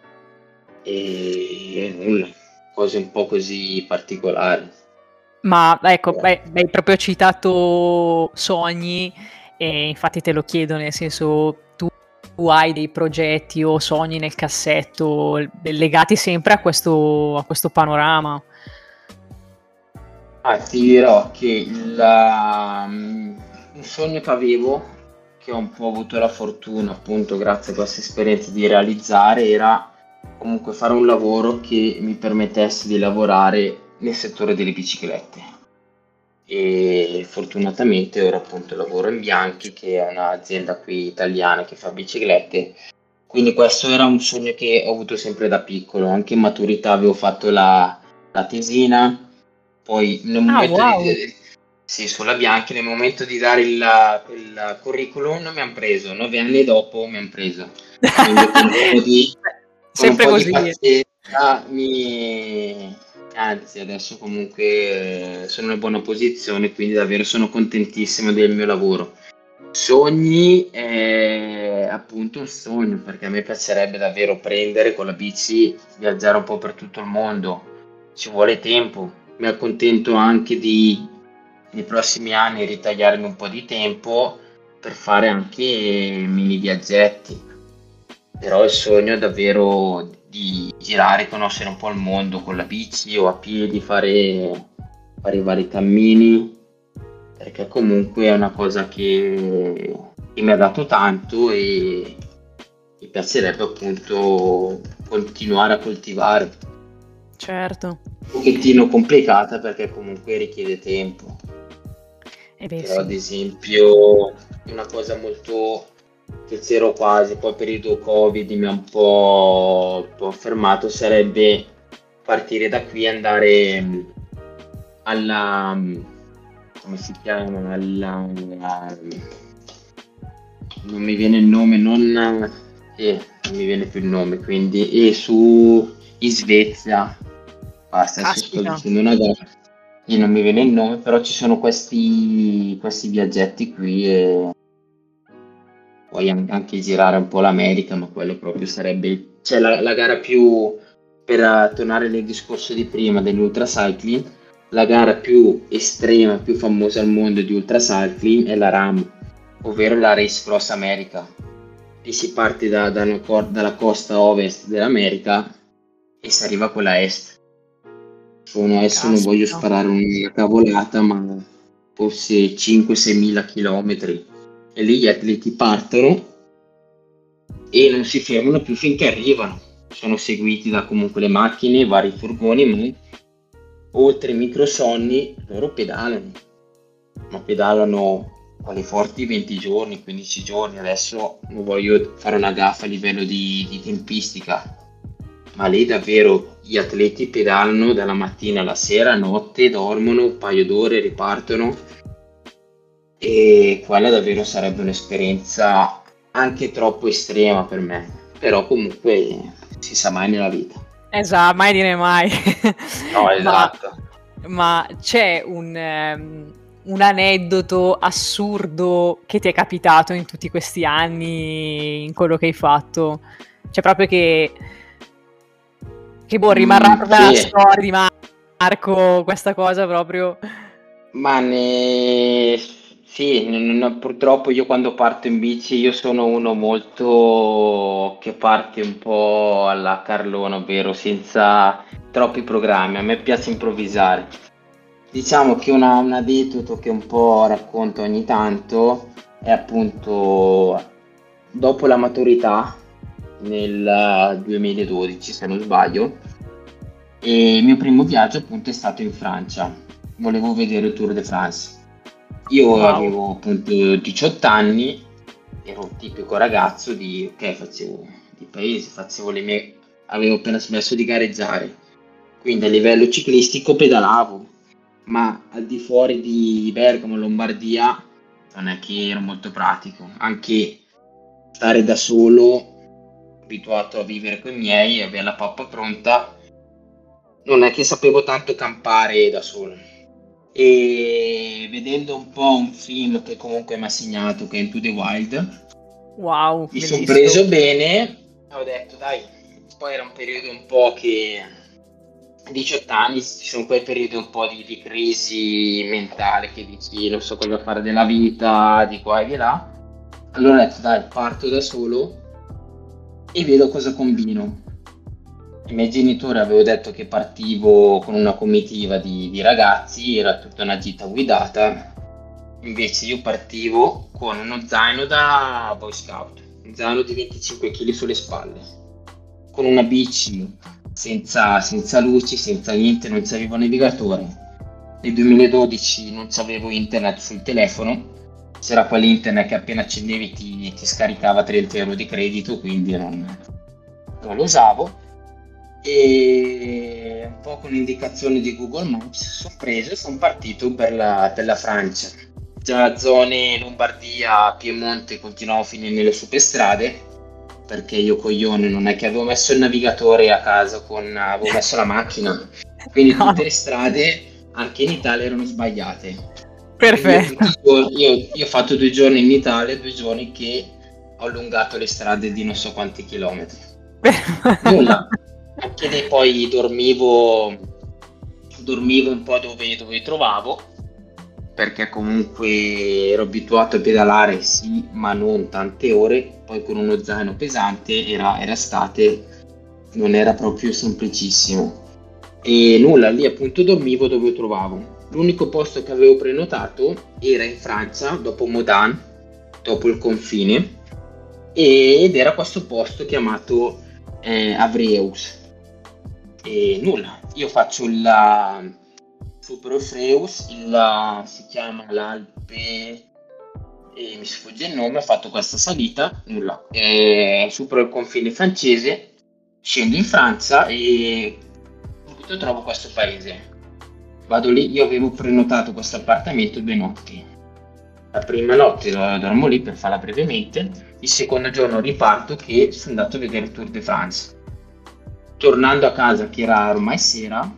E nulla, cose un po' così particolari.
Ma ecco, beh, hai proprio citato sogni e infatti te lo chiedo, nel senso tu, tu hai dei progetti o sogni nel cassetto legati sempre a questo, a questo panorama?
Ah, ti dirò che la, um, un sogno che avevo, che ho un po' avuto la fortuna appunto grazie a questa esperienza di realizzare, era comunque fare un lavoro che mi permettesse di lavorare nel settore delle biciclette. E fortunatamente ora appunto lavoro in Bianchi, che è un'azienda qui italiana che fa biciclette. Quindi questo era un sogno che ho avuto sempre da piccolo. Anche in maturità avevo fatto la, la tesina. Poi nel
Ah,
momento
wow.
di, sì, sulla Bianchi, nel momento di dare il, il curriculum mi hanno preso, nove anni dopo mi hanno preso. Quindi con un po' di, con un
Sempre
po' di
così.
pazienza, mi... anzi adesso comunque eh, sono in una buona posizione, quindi davvero sono contentissimo del mio lavoro. Sogni è appunto un sogno, perché a me piacerebbe davvero prendere con la bici, viaggiare un po' per tutto il mondo. Ci vuole tempo. Mi accontento anche di nei prossimi anni ritagliarmi un po' di tempo per fare anche mini viaggetti. Però il sogno è davvero di girare, conoscere un po' il mondo con la bici o a piedi, fare, fare i vari cammini, perché comunque è una cosa che, che mi ha dato tanto e mi piacerebbe appunto continuare a coltivare.
Certo.
Un pochettino complicata perché comunque richiede tempo.
Eh beh,
Però ad
sì.
esempio una cosa molto che c'ero quasi, poi periodo Covid mi ha un po', un po' fermato, sarebbe partire da qui e andare mm, alla mm, come si chiama? Alla, alla- non mi viene il nome, non eh, non mi viene più il nome, quindi e su in Svezia. Basta, adesso sto
Caspita.
dicendo una gara. Io non mi viene il nome, però ci sono questi, questi viaggetti qui e puoi an- anche girare un po' l'America, ma quello proprio sarebbe... Cioè la, la gara più, per eh, tornare nel discorso di prima dell'ultracycling, la gara più estrema, più famosa al mondo di ultracycling è la RAM, ovvero la Race Cross America. Lì si parte da- da una cor- dalla costa ovest dell'America e si arriva a quella est. Sono, adesso non voglio
Caspita.
sparare una cavolata, ma forse cinque sei mila chilometri. E lì gli atleti partono e non si fermano più finché arrivano. sono seguiti da comunque le macchine, vari furgoni, ma oltre ai microsonni loro pedalano, ma pedalano quali forti venti giorni, quindici giorni. Adesso non voglio fare una gaffa a livello di, di tempistica, ma lì davvero gli atleti pedalano dalla mattina alla sera, notte, dormono un paio d'ore, ripartono, e quella davvero sarebbe un'esperienza anche troppo estrema per me, però comunque si sa mai nella vita.
Esatto, mai dire mai.
No, esatto.
Ma, ma c'è un, um, un aneddoto assurdo che ti è capitato in tutti questi anni, in quello che hai fatto? Cioè proprio che, che boh, rimarrà
Mm,
proprio la
sì.
storia di Marco, questa cosa proprio...
Ma ne... sì, n- n- purtroppo io quando parto in bici io sono uno molto che parte un po' alla carlone, ovvero senza troppi programmi. A me piace improvvisare. Diciamo che una, un aneddoto che un po' racconto ogni tanto è appunto dopo la maturità nel duemiladodici, se non sbaglio, e il mio primo viaggio appunto è stato in Francia. Volevo vedere il Tour de France. Io
Wow.
avevo appunto diciotto anni, ero un tipico ragazzo di, ok, facevo di paese, facevo le mie, avevo appena smesso di gareggiare, quindi a livello ciclistico pedalavo, ma al di fuori di Bergamo, Lombardia, non è che ero molto pratico, anche stare da solo, abituato a vivere con i miei e avere la pappa pronta, non è che sapevo tanto campare da solo. E vedendo un po' un film che comunque mi ha segnato, che è Into the Wild,
Wow,
mi sono
bellissimo.
preso bene, ho detto dai, poi era un periodo un po' che diciotto anni, ci sono quei periodi un po' di, di crisi mentale che dici non so cosa fare della vita, di qua e di là. Allora ho detto dai, parto da solo e vedo cosa combino. I miei genitori avevo detto che partivo con una comitiva di, di ragazzi, era tutta una gita guidata, invece io partivo con uno zaino da Boy Scout, un zaino di venticinque chili sulle spalle, con una bici senza, senza luci, senza niente, non c'avevo navigatore. Nel duemiladodici non c'avevo internet sul telefono, c'era quell'internet che appena accendevi ti, ti scaricava trenta euro di credito, quindi non, non lo usavo. E un po' con indicazioni di Google Maps sono preso e sono partito per la, per la Francia. Già zone Lombardia, Piemonte continuavo a finire nelle superstrade, perché io coglione non è che avevo messo il navigatore a casa, con, avevo messo la macchina, quindi
No.
tutte le strade anche in Italia erano sbagliate.
Perfetto.
Quindi io, io, io ho fatto due giorni in Italia, due giorni che ho allungato le strade di non so quanti chilometri. Nulla. Anche lì poi dormivo, dormivo un po' dove, dove trovavo, perché comunque ero abituato a pedalare, sì, ma non tante ore. Poi con uno zaino pesante era, era estate, non era proprio semplicissimo. E nulla, lì appunto dormivo dove trovavo. L'unico posto che avevo prenotato era in Francia, dopo Modan, dopo il confine, ed era questo posto chiamato eh, Avreus. E nulla, io faccio il Super Freus, il, si chiama l'Alpe, e mi sfugge il nome, ho fatto questa salita, nulla, e supero il confine francese, scendo in Francia e subito trovo questo paese. Vado lì, io avevo prenotato questo appartamento due notti. La prima notte dormo lì per farla brevemente, il secondo giorno riparto che sono andato a vedere il Tour de France. Tornando a casa, che era ormai sera,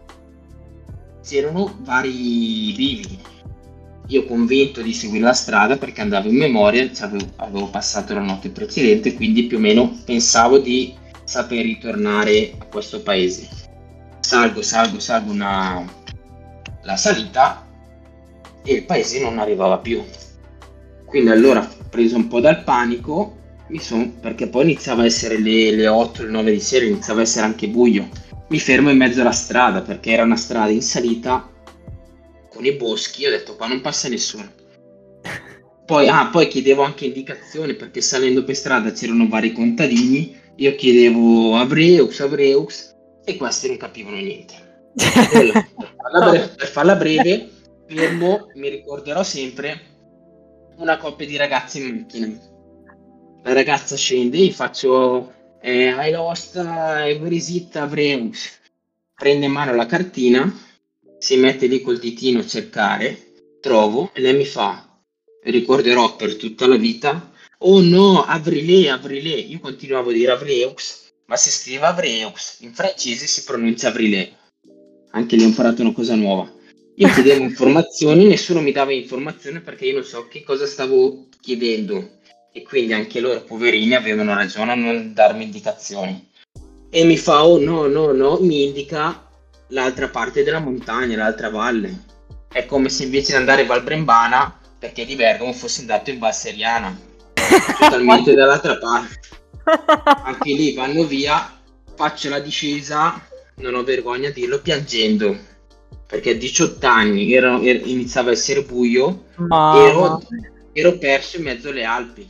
c'erano vari bividi. Io convinto di seguire la strada perché andavo in memoria, avevo, avevo passato la notte precedente, quindi più o meno pensavo di saper ritornare a questo paese. Salgo, salgo, salgo una, la salita e il paese non arrivava più. Quindi allora, preso un po' dal panico, mi sono, perché poi iniziava a essere le, le otto, le nove di sera, iniziava a essere anche buio. Mi fermo in mezzo alla strada perché era una strada in salita con i boschi, ho detto qua non passa nessuno. Poi, ah, poi chiedevo anche indicazioni perché salendo per strada c'erano vari contadini, io chiedevo Avreux, Avreux, e questi non capivano niente. Per farla, breve, per farla breve, fermo, mi ricorderò sempre una coppia di ragazzi in macchina. La ragazza scende, gli faccio eh, I lost every seat Avreux. Prende in mano la cartina, si mette lì col ditino a cercare, trovo, e lei mi fa, ricorderò per tutta la vita, oh no, Avrilé, Avrilé. Io continuavo a dire Avreux, ma si scrive Avreux, in francese si pronuncia Avrilé. Anche lì ho imparato una cosa nuova. Io chiedevo informazioni, nessuno mi dava informazioni perché io non so che cosa stavo chiedendo, e quindi anche loro, poverini, avevano ragione a non darmi indicazioni. E mi fa, oh no, no, no, mi indica l'altra parte della montagna, l'altra valle. È come se invece di andare in Val Brembana, perché di Bergamo, fossi andato in Val Seriana, totalmente dall'altra parte. Anche lì vanno via, faccio la discesa, non ho vergogna a dirlo, piangendo, perché a diciotto anni ero, ero- iniziava a essere buio, ero, ero perso in mezzo alle Alpi.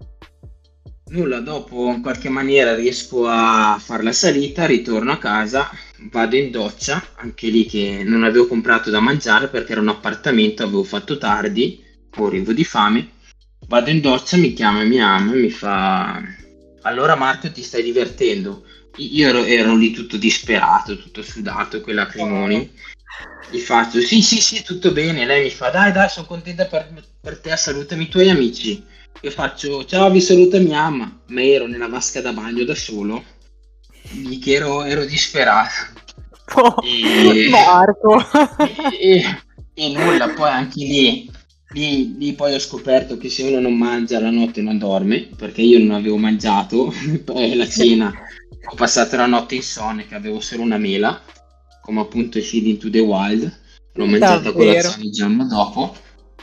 Nulla, dopo in qualche maniera riesco a fare la salita, ritorno a casa, vado in doccia, anche lì che non avevo comprato da mangiare perché era un appartamento, avevo fatto tardi, morivo di fame. Vado in doccia, mi chiama mia mamma e mi fa: allora Marco, ti stai divertendo? Io ero, ero lì tutto disperato, tutto sudato, con i lacrimoni. Gli faccio: sì, sì, sì, tutto bene. Lei mi fa: dai, dai, sono contenta per, per te, salutami i tuoi amici. Io faccio: ciao, vi saluta mia mamma. Ma ero nella vasca da bagno da solo, lì che ero, ero disperato.
Oh,
E,
Marco.
e, e nulla, poi anche lì, lì, lì poi ho scoperto che se uno non mangia la notte non dorme, perché io non avevo mangiato, poi la cena ho passato la notte insonne, che avevo solo una mela, come appunto il Feed Into the Wild, l'ho mangiata a
Davvero?
colazione il giorno dopo.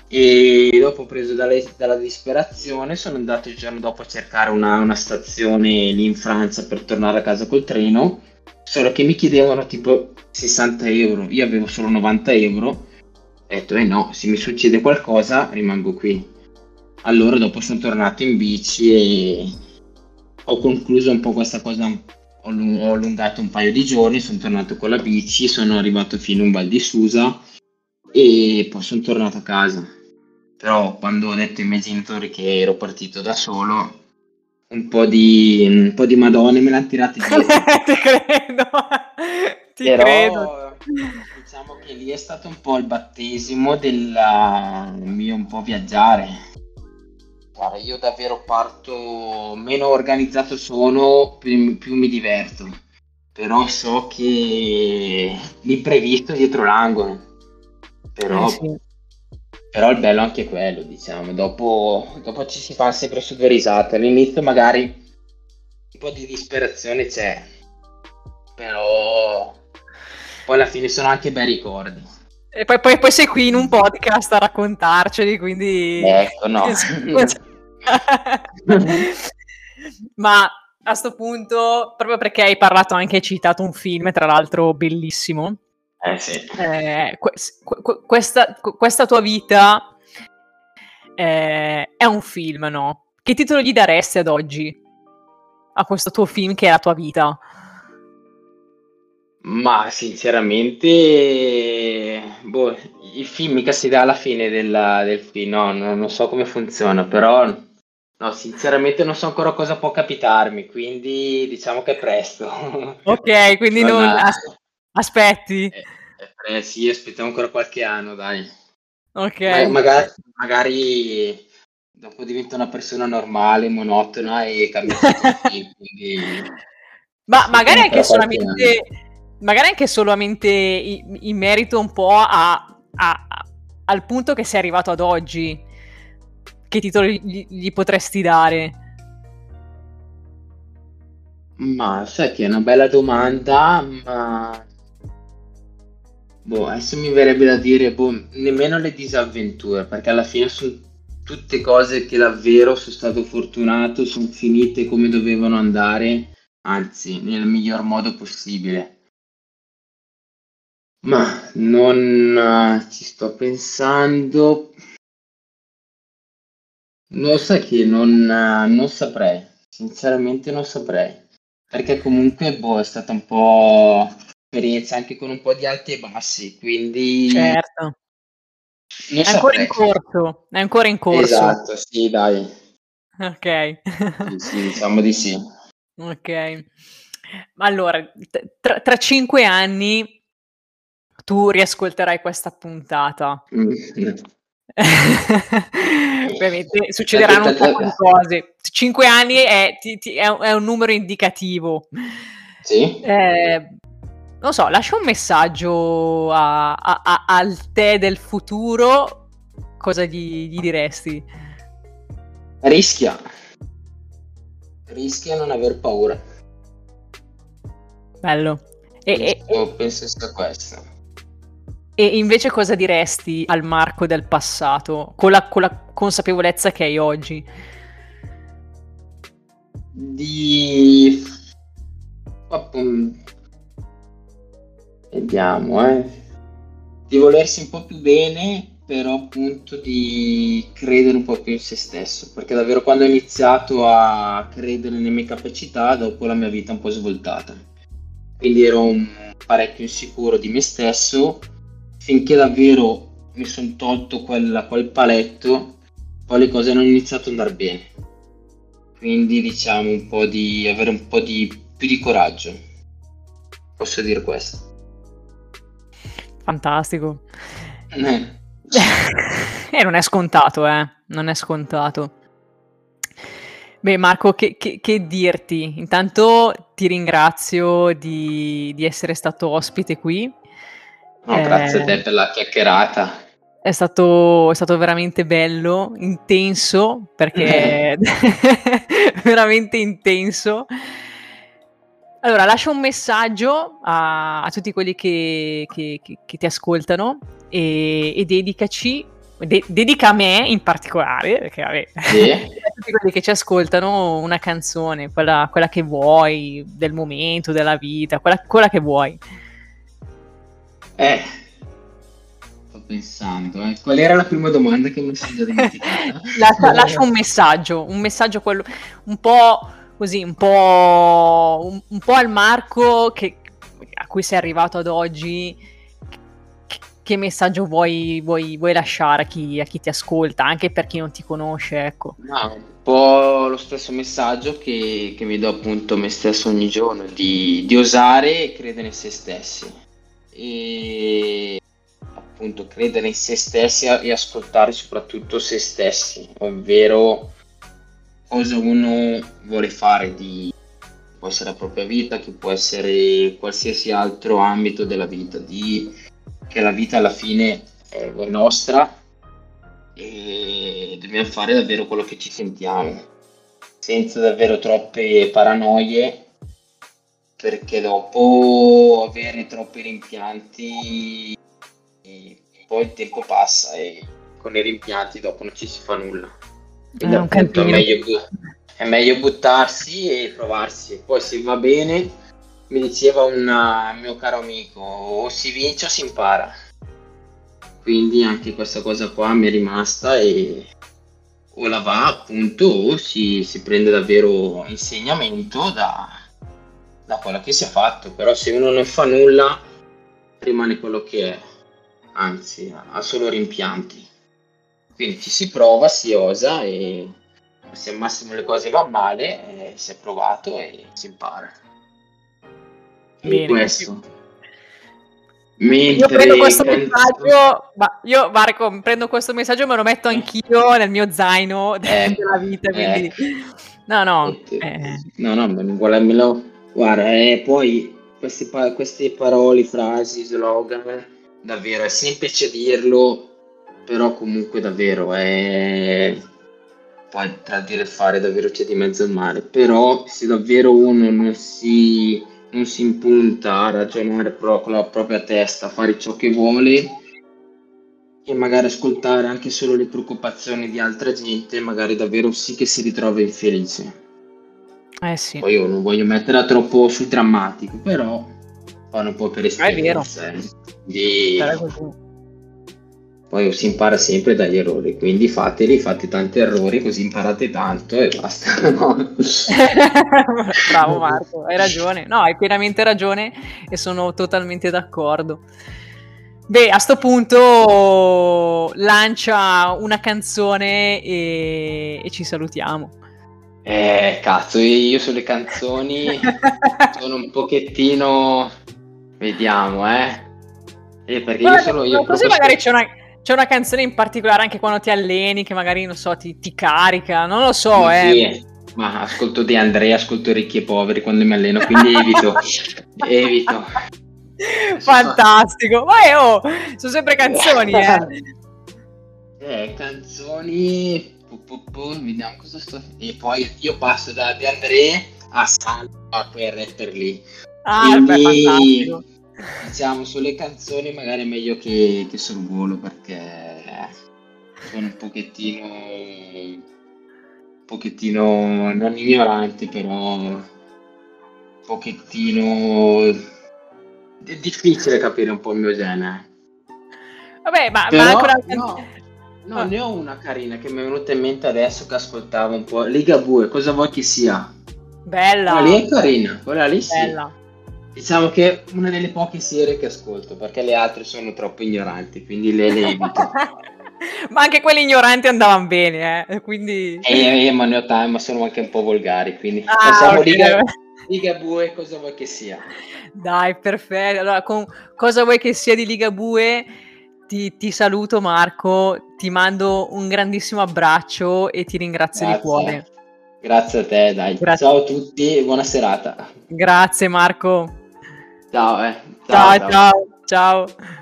E dopo, preso dalle- dalla disperazione, sono andato il giorno dopo a cercare una, una stazione lì in Francia per tornare a casa col treno, solo che mi chiedevano tipo sessanta euro, io avevo solo novanta euro, ho detto eh no, se mi succede qualcosa rimango qui. Allora dopo sono tornato in bici e ho concluso un po' questa cosa, ho, lu- ho allungato un paio di giorni, sono tornato con la bici, sono arrivato fino in Val di Susa e poi sono tornato a casa. Però quando ho detto ai miei genitori che ero partito da solo, un po' di, un po' di madone me l'hanno tirate dietro.
Ti credo. Ti credo.
Però diciamo che lì è stato un po' il battesimo del mio un po' viaggiare. Guarda, io davvero parto, meno organizzato sono, più, più mi diverto. Però so che l'imprevisto è dietro l'angolo.
Eh
Però,
sì.
però il bello è anche quello, diciamo. Dopo, dopo ci si fa sempre su due risate. All'inizio magari un po' di disperazione c'è, però poi alla fine sono anche bei ricordi.
E poi, poi, poi sei qui in un podcast a raccontarceli, quindi...
Ecco, no.
Ma a sto punto, proprio perché hai parlato anche, hai citato un film, tra l'altro bellissimo,
Eh sì.
eh, que- que- questa, questa tua vita eh, è un film, no? Che titolo gli daresti ad oggi a questo tuo film che è la tua vita?
Ma sinceramente, boh, il film mica si dà alla fine della- del film, no, no, non so come funziona, però no, sinceramente non so ancora cosa può capitarmi, quindi diciamo che è presto.
Ok, quindi
Non,
non... as- aspetti.
eh, è pre- sì, aspettiamo ancora qualche anno, dai.
Ok.
Ma- magari, magari dopo divento una persona normale, monotona e cambia tutto il film, quindi
Ma magari
aspettiamo
anche
ancora qualche anno.
solamente, magari anche solamente in, in merito un po' a, a- a- al punto che sei arrivato ad oggi. Che titolo gli, gli potresti dare?
Ma sai che è una bella domanda, ma boh, adesso mi verrebbe da dire, boh, nemmeno le disavventure, perché alla fine sono tutte cose che davvero sono stato fortunato, sono finite come dovevano andare, anzi, nel miglior modo possibile. Ma non eh, ci sto pensando, non sai che non, eh, non saprei, sinceramente non saprei. perché comunque boh, è stata un po' esperienza anche con un po' di alti e bassi, quindi
Certo.
non
È ancora in
saprei.
corso, è ancora in corso.
Esatto, sì, dai.
Ok.
Sì, sì, diciamo di sì.
Ok. Ma allora, t- tra, tra cinque anni tu riascolterai questa puntata.
Mm.
Ovviamente succederanno un sacco di cose. Cinque anni è, ti- ti- è un, è un numero indicativo.
Sì?
Eh, non so, lascia un messaggio a- a- a- al te del futuro. Cosa gli, gli diresti?
Rischia. Rischia non aver paura.
Bello. E, e-
Penso, penso sia questo.
e invece cosa diresti al Marco del passato, con la, con la consapevolezza che hai oggi?
Di... appunto, vediamo, eh. Di volersi un po' più bene, però appunto di credere un po' più in se stesso, perché davvero quando ho iniziato a credere nelle mie capacità, dopo la mia vita è un po' svoltata. Quindi ero un parecchio insicuro di me stesso, finché davvero mi sono tolto quel, quel paletto, poi le cose hanno iniziato ad andare bene. Quindi diciamo un po' di avere un po' di più di coraggio, posso dire questo.
Fantastico.
Eh.
E non è scontato, eh, non è scontato. Beh, Marco, che, che- che dirti? Intanto ti ringrazio di, di essere stato ospite qui.
No, grazie a te
Eh,
per la chiacchierata.
È stato, è stato veramente bello, intenso, perché veramente intenso. Allora, lascio un messaggio a, a tutti quelli che, che- che- che ti ascoltano e, e dedicaci, de- dedica a me in particolare, perché vabbè,
Sì.
a tutti quelli che ci ascoltano una canzone, quella, quella che vuoi, del momento, della vita, quella, quella che vuoi.
Eh, sto pensando, eh. Qual era la prima domanda che mi sono già dimenticata?
Lascia, lascia un messaggio, un messaggio quello, un po' così, un po', un, un po' al Marco che, a cui sei arrivato ad oggi. Che, che messaggio vuoi, vuoi, vuoi lasciare a chi, a chi ti ascolta, anche per chi non ti conosce, ecco.
No, un po' lo stesso messaggio che, che mi do appunto a me stesso ogni giorno, di, di osare e credere in se stessi. E appunto credere in se stessi e ascoltare soprattutto se stessi, ovvero cosa uno vuole fare, di, può essere la propria vita, che può essere qualsiasi altro ambito della vita, di, che la vita alla fine è nostra e dobbiamo fare davvero quello che ci sentiamo, senza davvero troppe paranoie, perché dopo avere troppi rimpianti poi il tempo passa e con i rimpianti dopo non ci si fa nulla. Quindi
È un
appunto è
cammino.
meglio, bu- è meglio buttarsi e provarsi. Poi se va bene, mi diceva un mio caro amico, o si vince o si impara. Quindi anche questa cosa qua mi è rimasta e o la va appunto o si, si prende davvero insegnamento da, da quello che si è fatto. Però se uno non fa nulla rimane quello che è, anzi ha solo rimpianti. Quindi ci si prova, si osa e se al massimo le cose vanno male eh, si è provato e si impara. E
Bene.
questo.
Io
Mentre
prendo questo
can-
messaggio, ma io Marco, prendo questo messaggio e me lo metto anch'io nel mio zaino de-
Ecco,
della vita, quindi
ecco.
no, no.
E te-
eh.
No, no, ma guarda, me lo- guarda, eh, poi queste, pa- queste parole, frasi, slogan, davvero è semplice dirlo, però comunque davvero è... poi tra dire e fare davvero c'è di mezzo il mare, però se davvero uno non si, non si impunta a ragionare pro- con la propria testa, a fare ciò che vuole e magari ascoltare anche solo le preoccupazioni di altra gente, magari davvero sì che si ritrova infelice.
Eh sì,
Poi io non voglio metterla troppo sul drammatico, però fanno un po' per
è vero.
esperienza. eh. Di...
Sarà così.
poi si impara sempre dagli errori, quindi fateli, fate tanti errori così imparate tanto e basta. No?
Bravo Marco, hai ragione. No, hai pienamente ragione e sono totalmente d'accordo. Beh, a sto punto lancia una canzone e, e ci salutiamo.
Eh, cazzo, io sulle canzoni sono un pochettino... Vediamo, eh. Eh, perché io sono... Io
Così
proprio
magari
ascol-
c'è una, c'è una canzone in particolare anche quando ti alleni, che magari, non so, ti, ti carica, non lo so,
Ma
eh.
sì, eh. Ma ascolto De Andrea, ascolto Ricchi e Poveri quando mi alleno, quindi evito, evito.
Fantastico, ma eh, oh, sono sempre canzoni, eh.
Eh, canzoni, pu, pu, pu, vediamo cosa sto... E poi io passo da De Andrea a Salvo, a quel rapper lì.
Ah, beh,
Quindi,
fantastico.
diciamo, sulle canzoni magari è meglio che, che sul volo, perché sono un pochettino, un pochettino, non ignorante, però un pochettino... È difficile capire un po' il mio genere.
Vabbè, ma, ma
Però,
anche una
no,
canzone...
no, ne ho una carina che mi è venuta in mente adesso che ascoltavo un po'. Ligabue, cosa vuoi che sia?
Bella,
Quella lì è carina, quella lì sì.
bella.
Diciamo che è una delle poche serie che ascolto, perché le altre sono troppo ignoranti, quindi le, le evito.
Ma anche quelli ignoranti andavano bene, eh, quindi...
E eh, ma ne ho tanti, ma sono anche un po' volgari, quindi
Ah,
passiamo
ok.
Liga, Ligabue, cosa vuoi che sia?
Dai, perfetto. Allora, con cosa vuoi che sia di Ligabue? Ti, ti saluto Marco, ti mando un grandissimo abbraccio e ti ringrazio di cuore.
Grazie, grazie a te, dai.
Grazie.
Ciao a tutti e buona serata.
Grazie Marco.
Ciao, eh.
Ciao, ciao, ciao.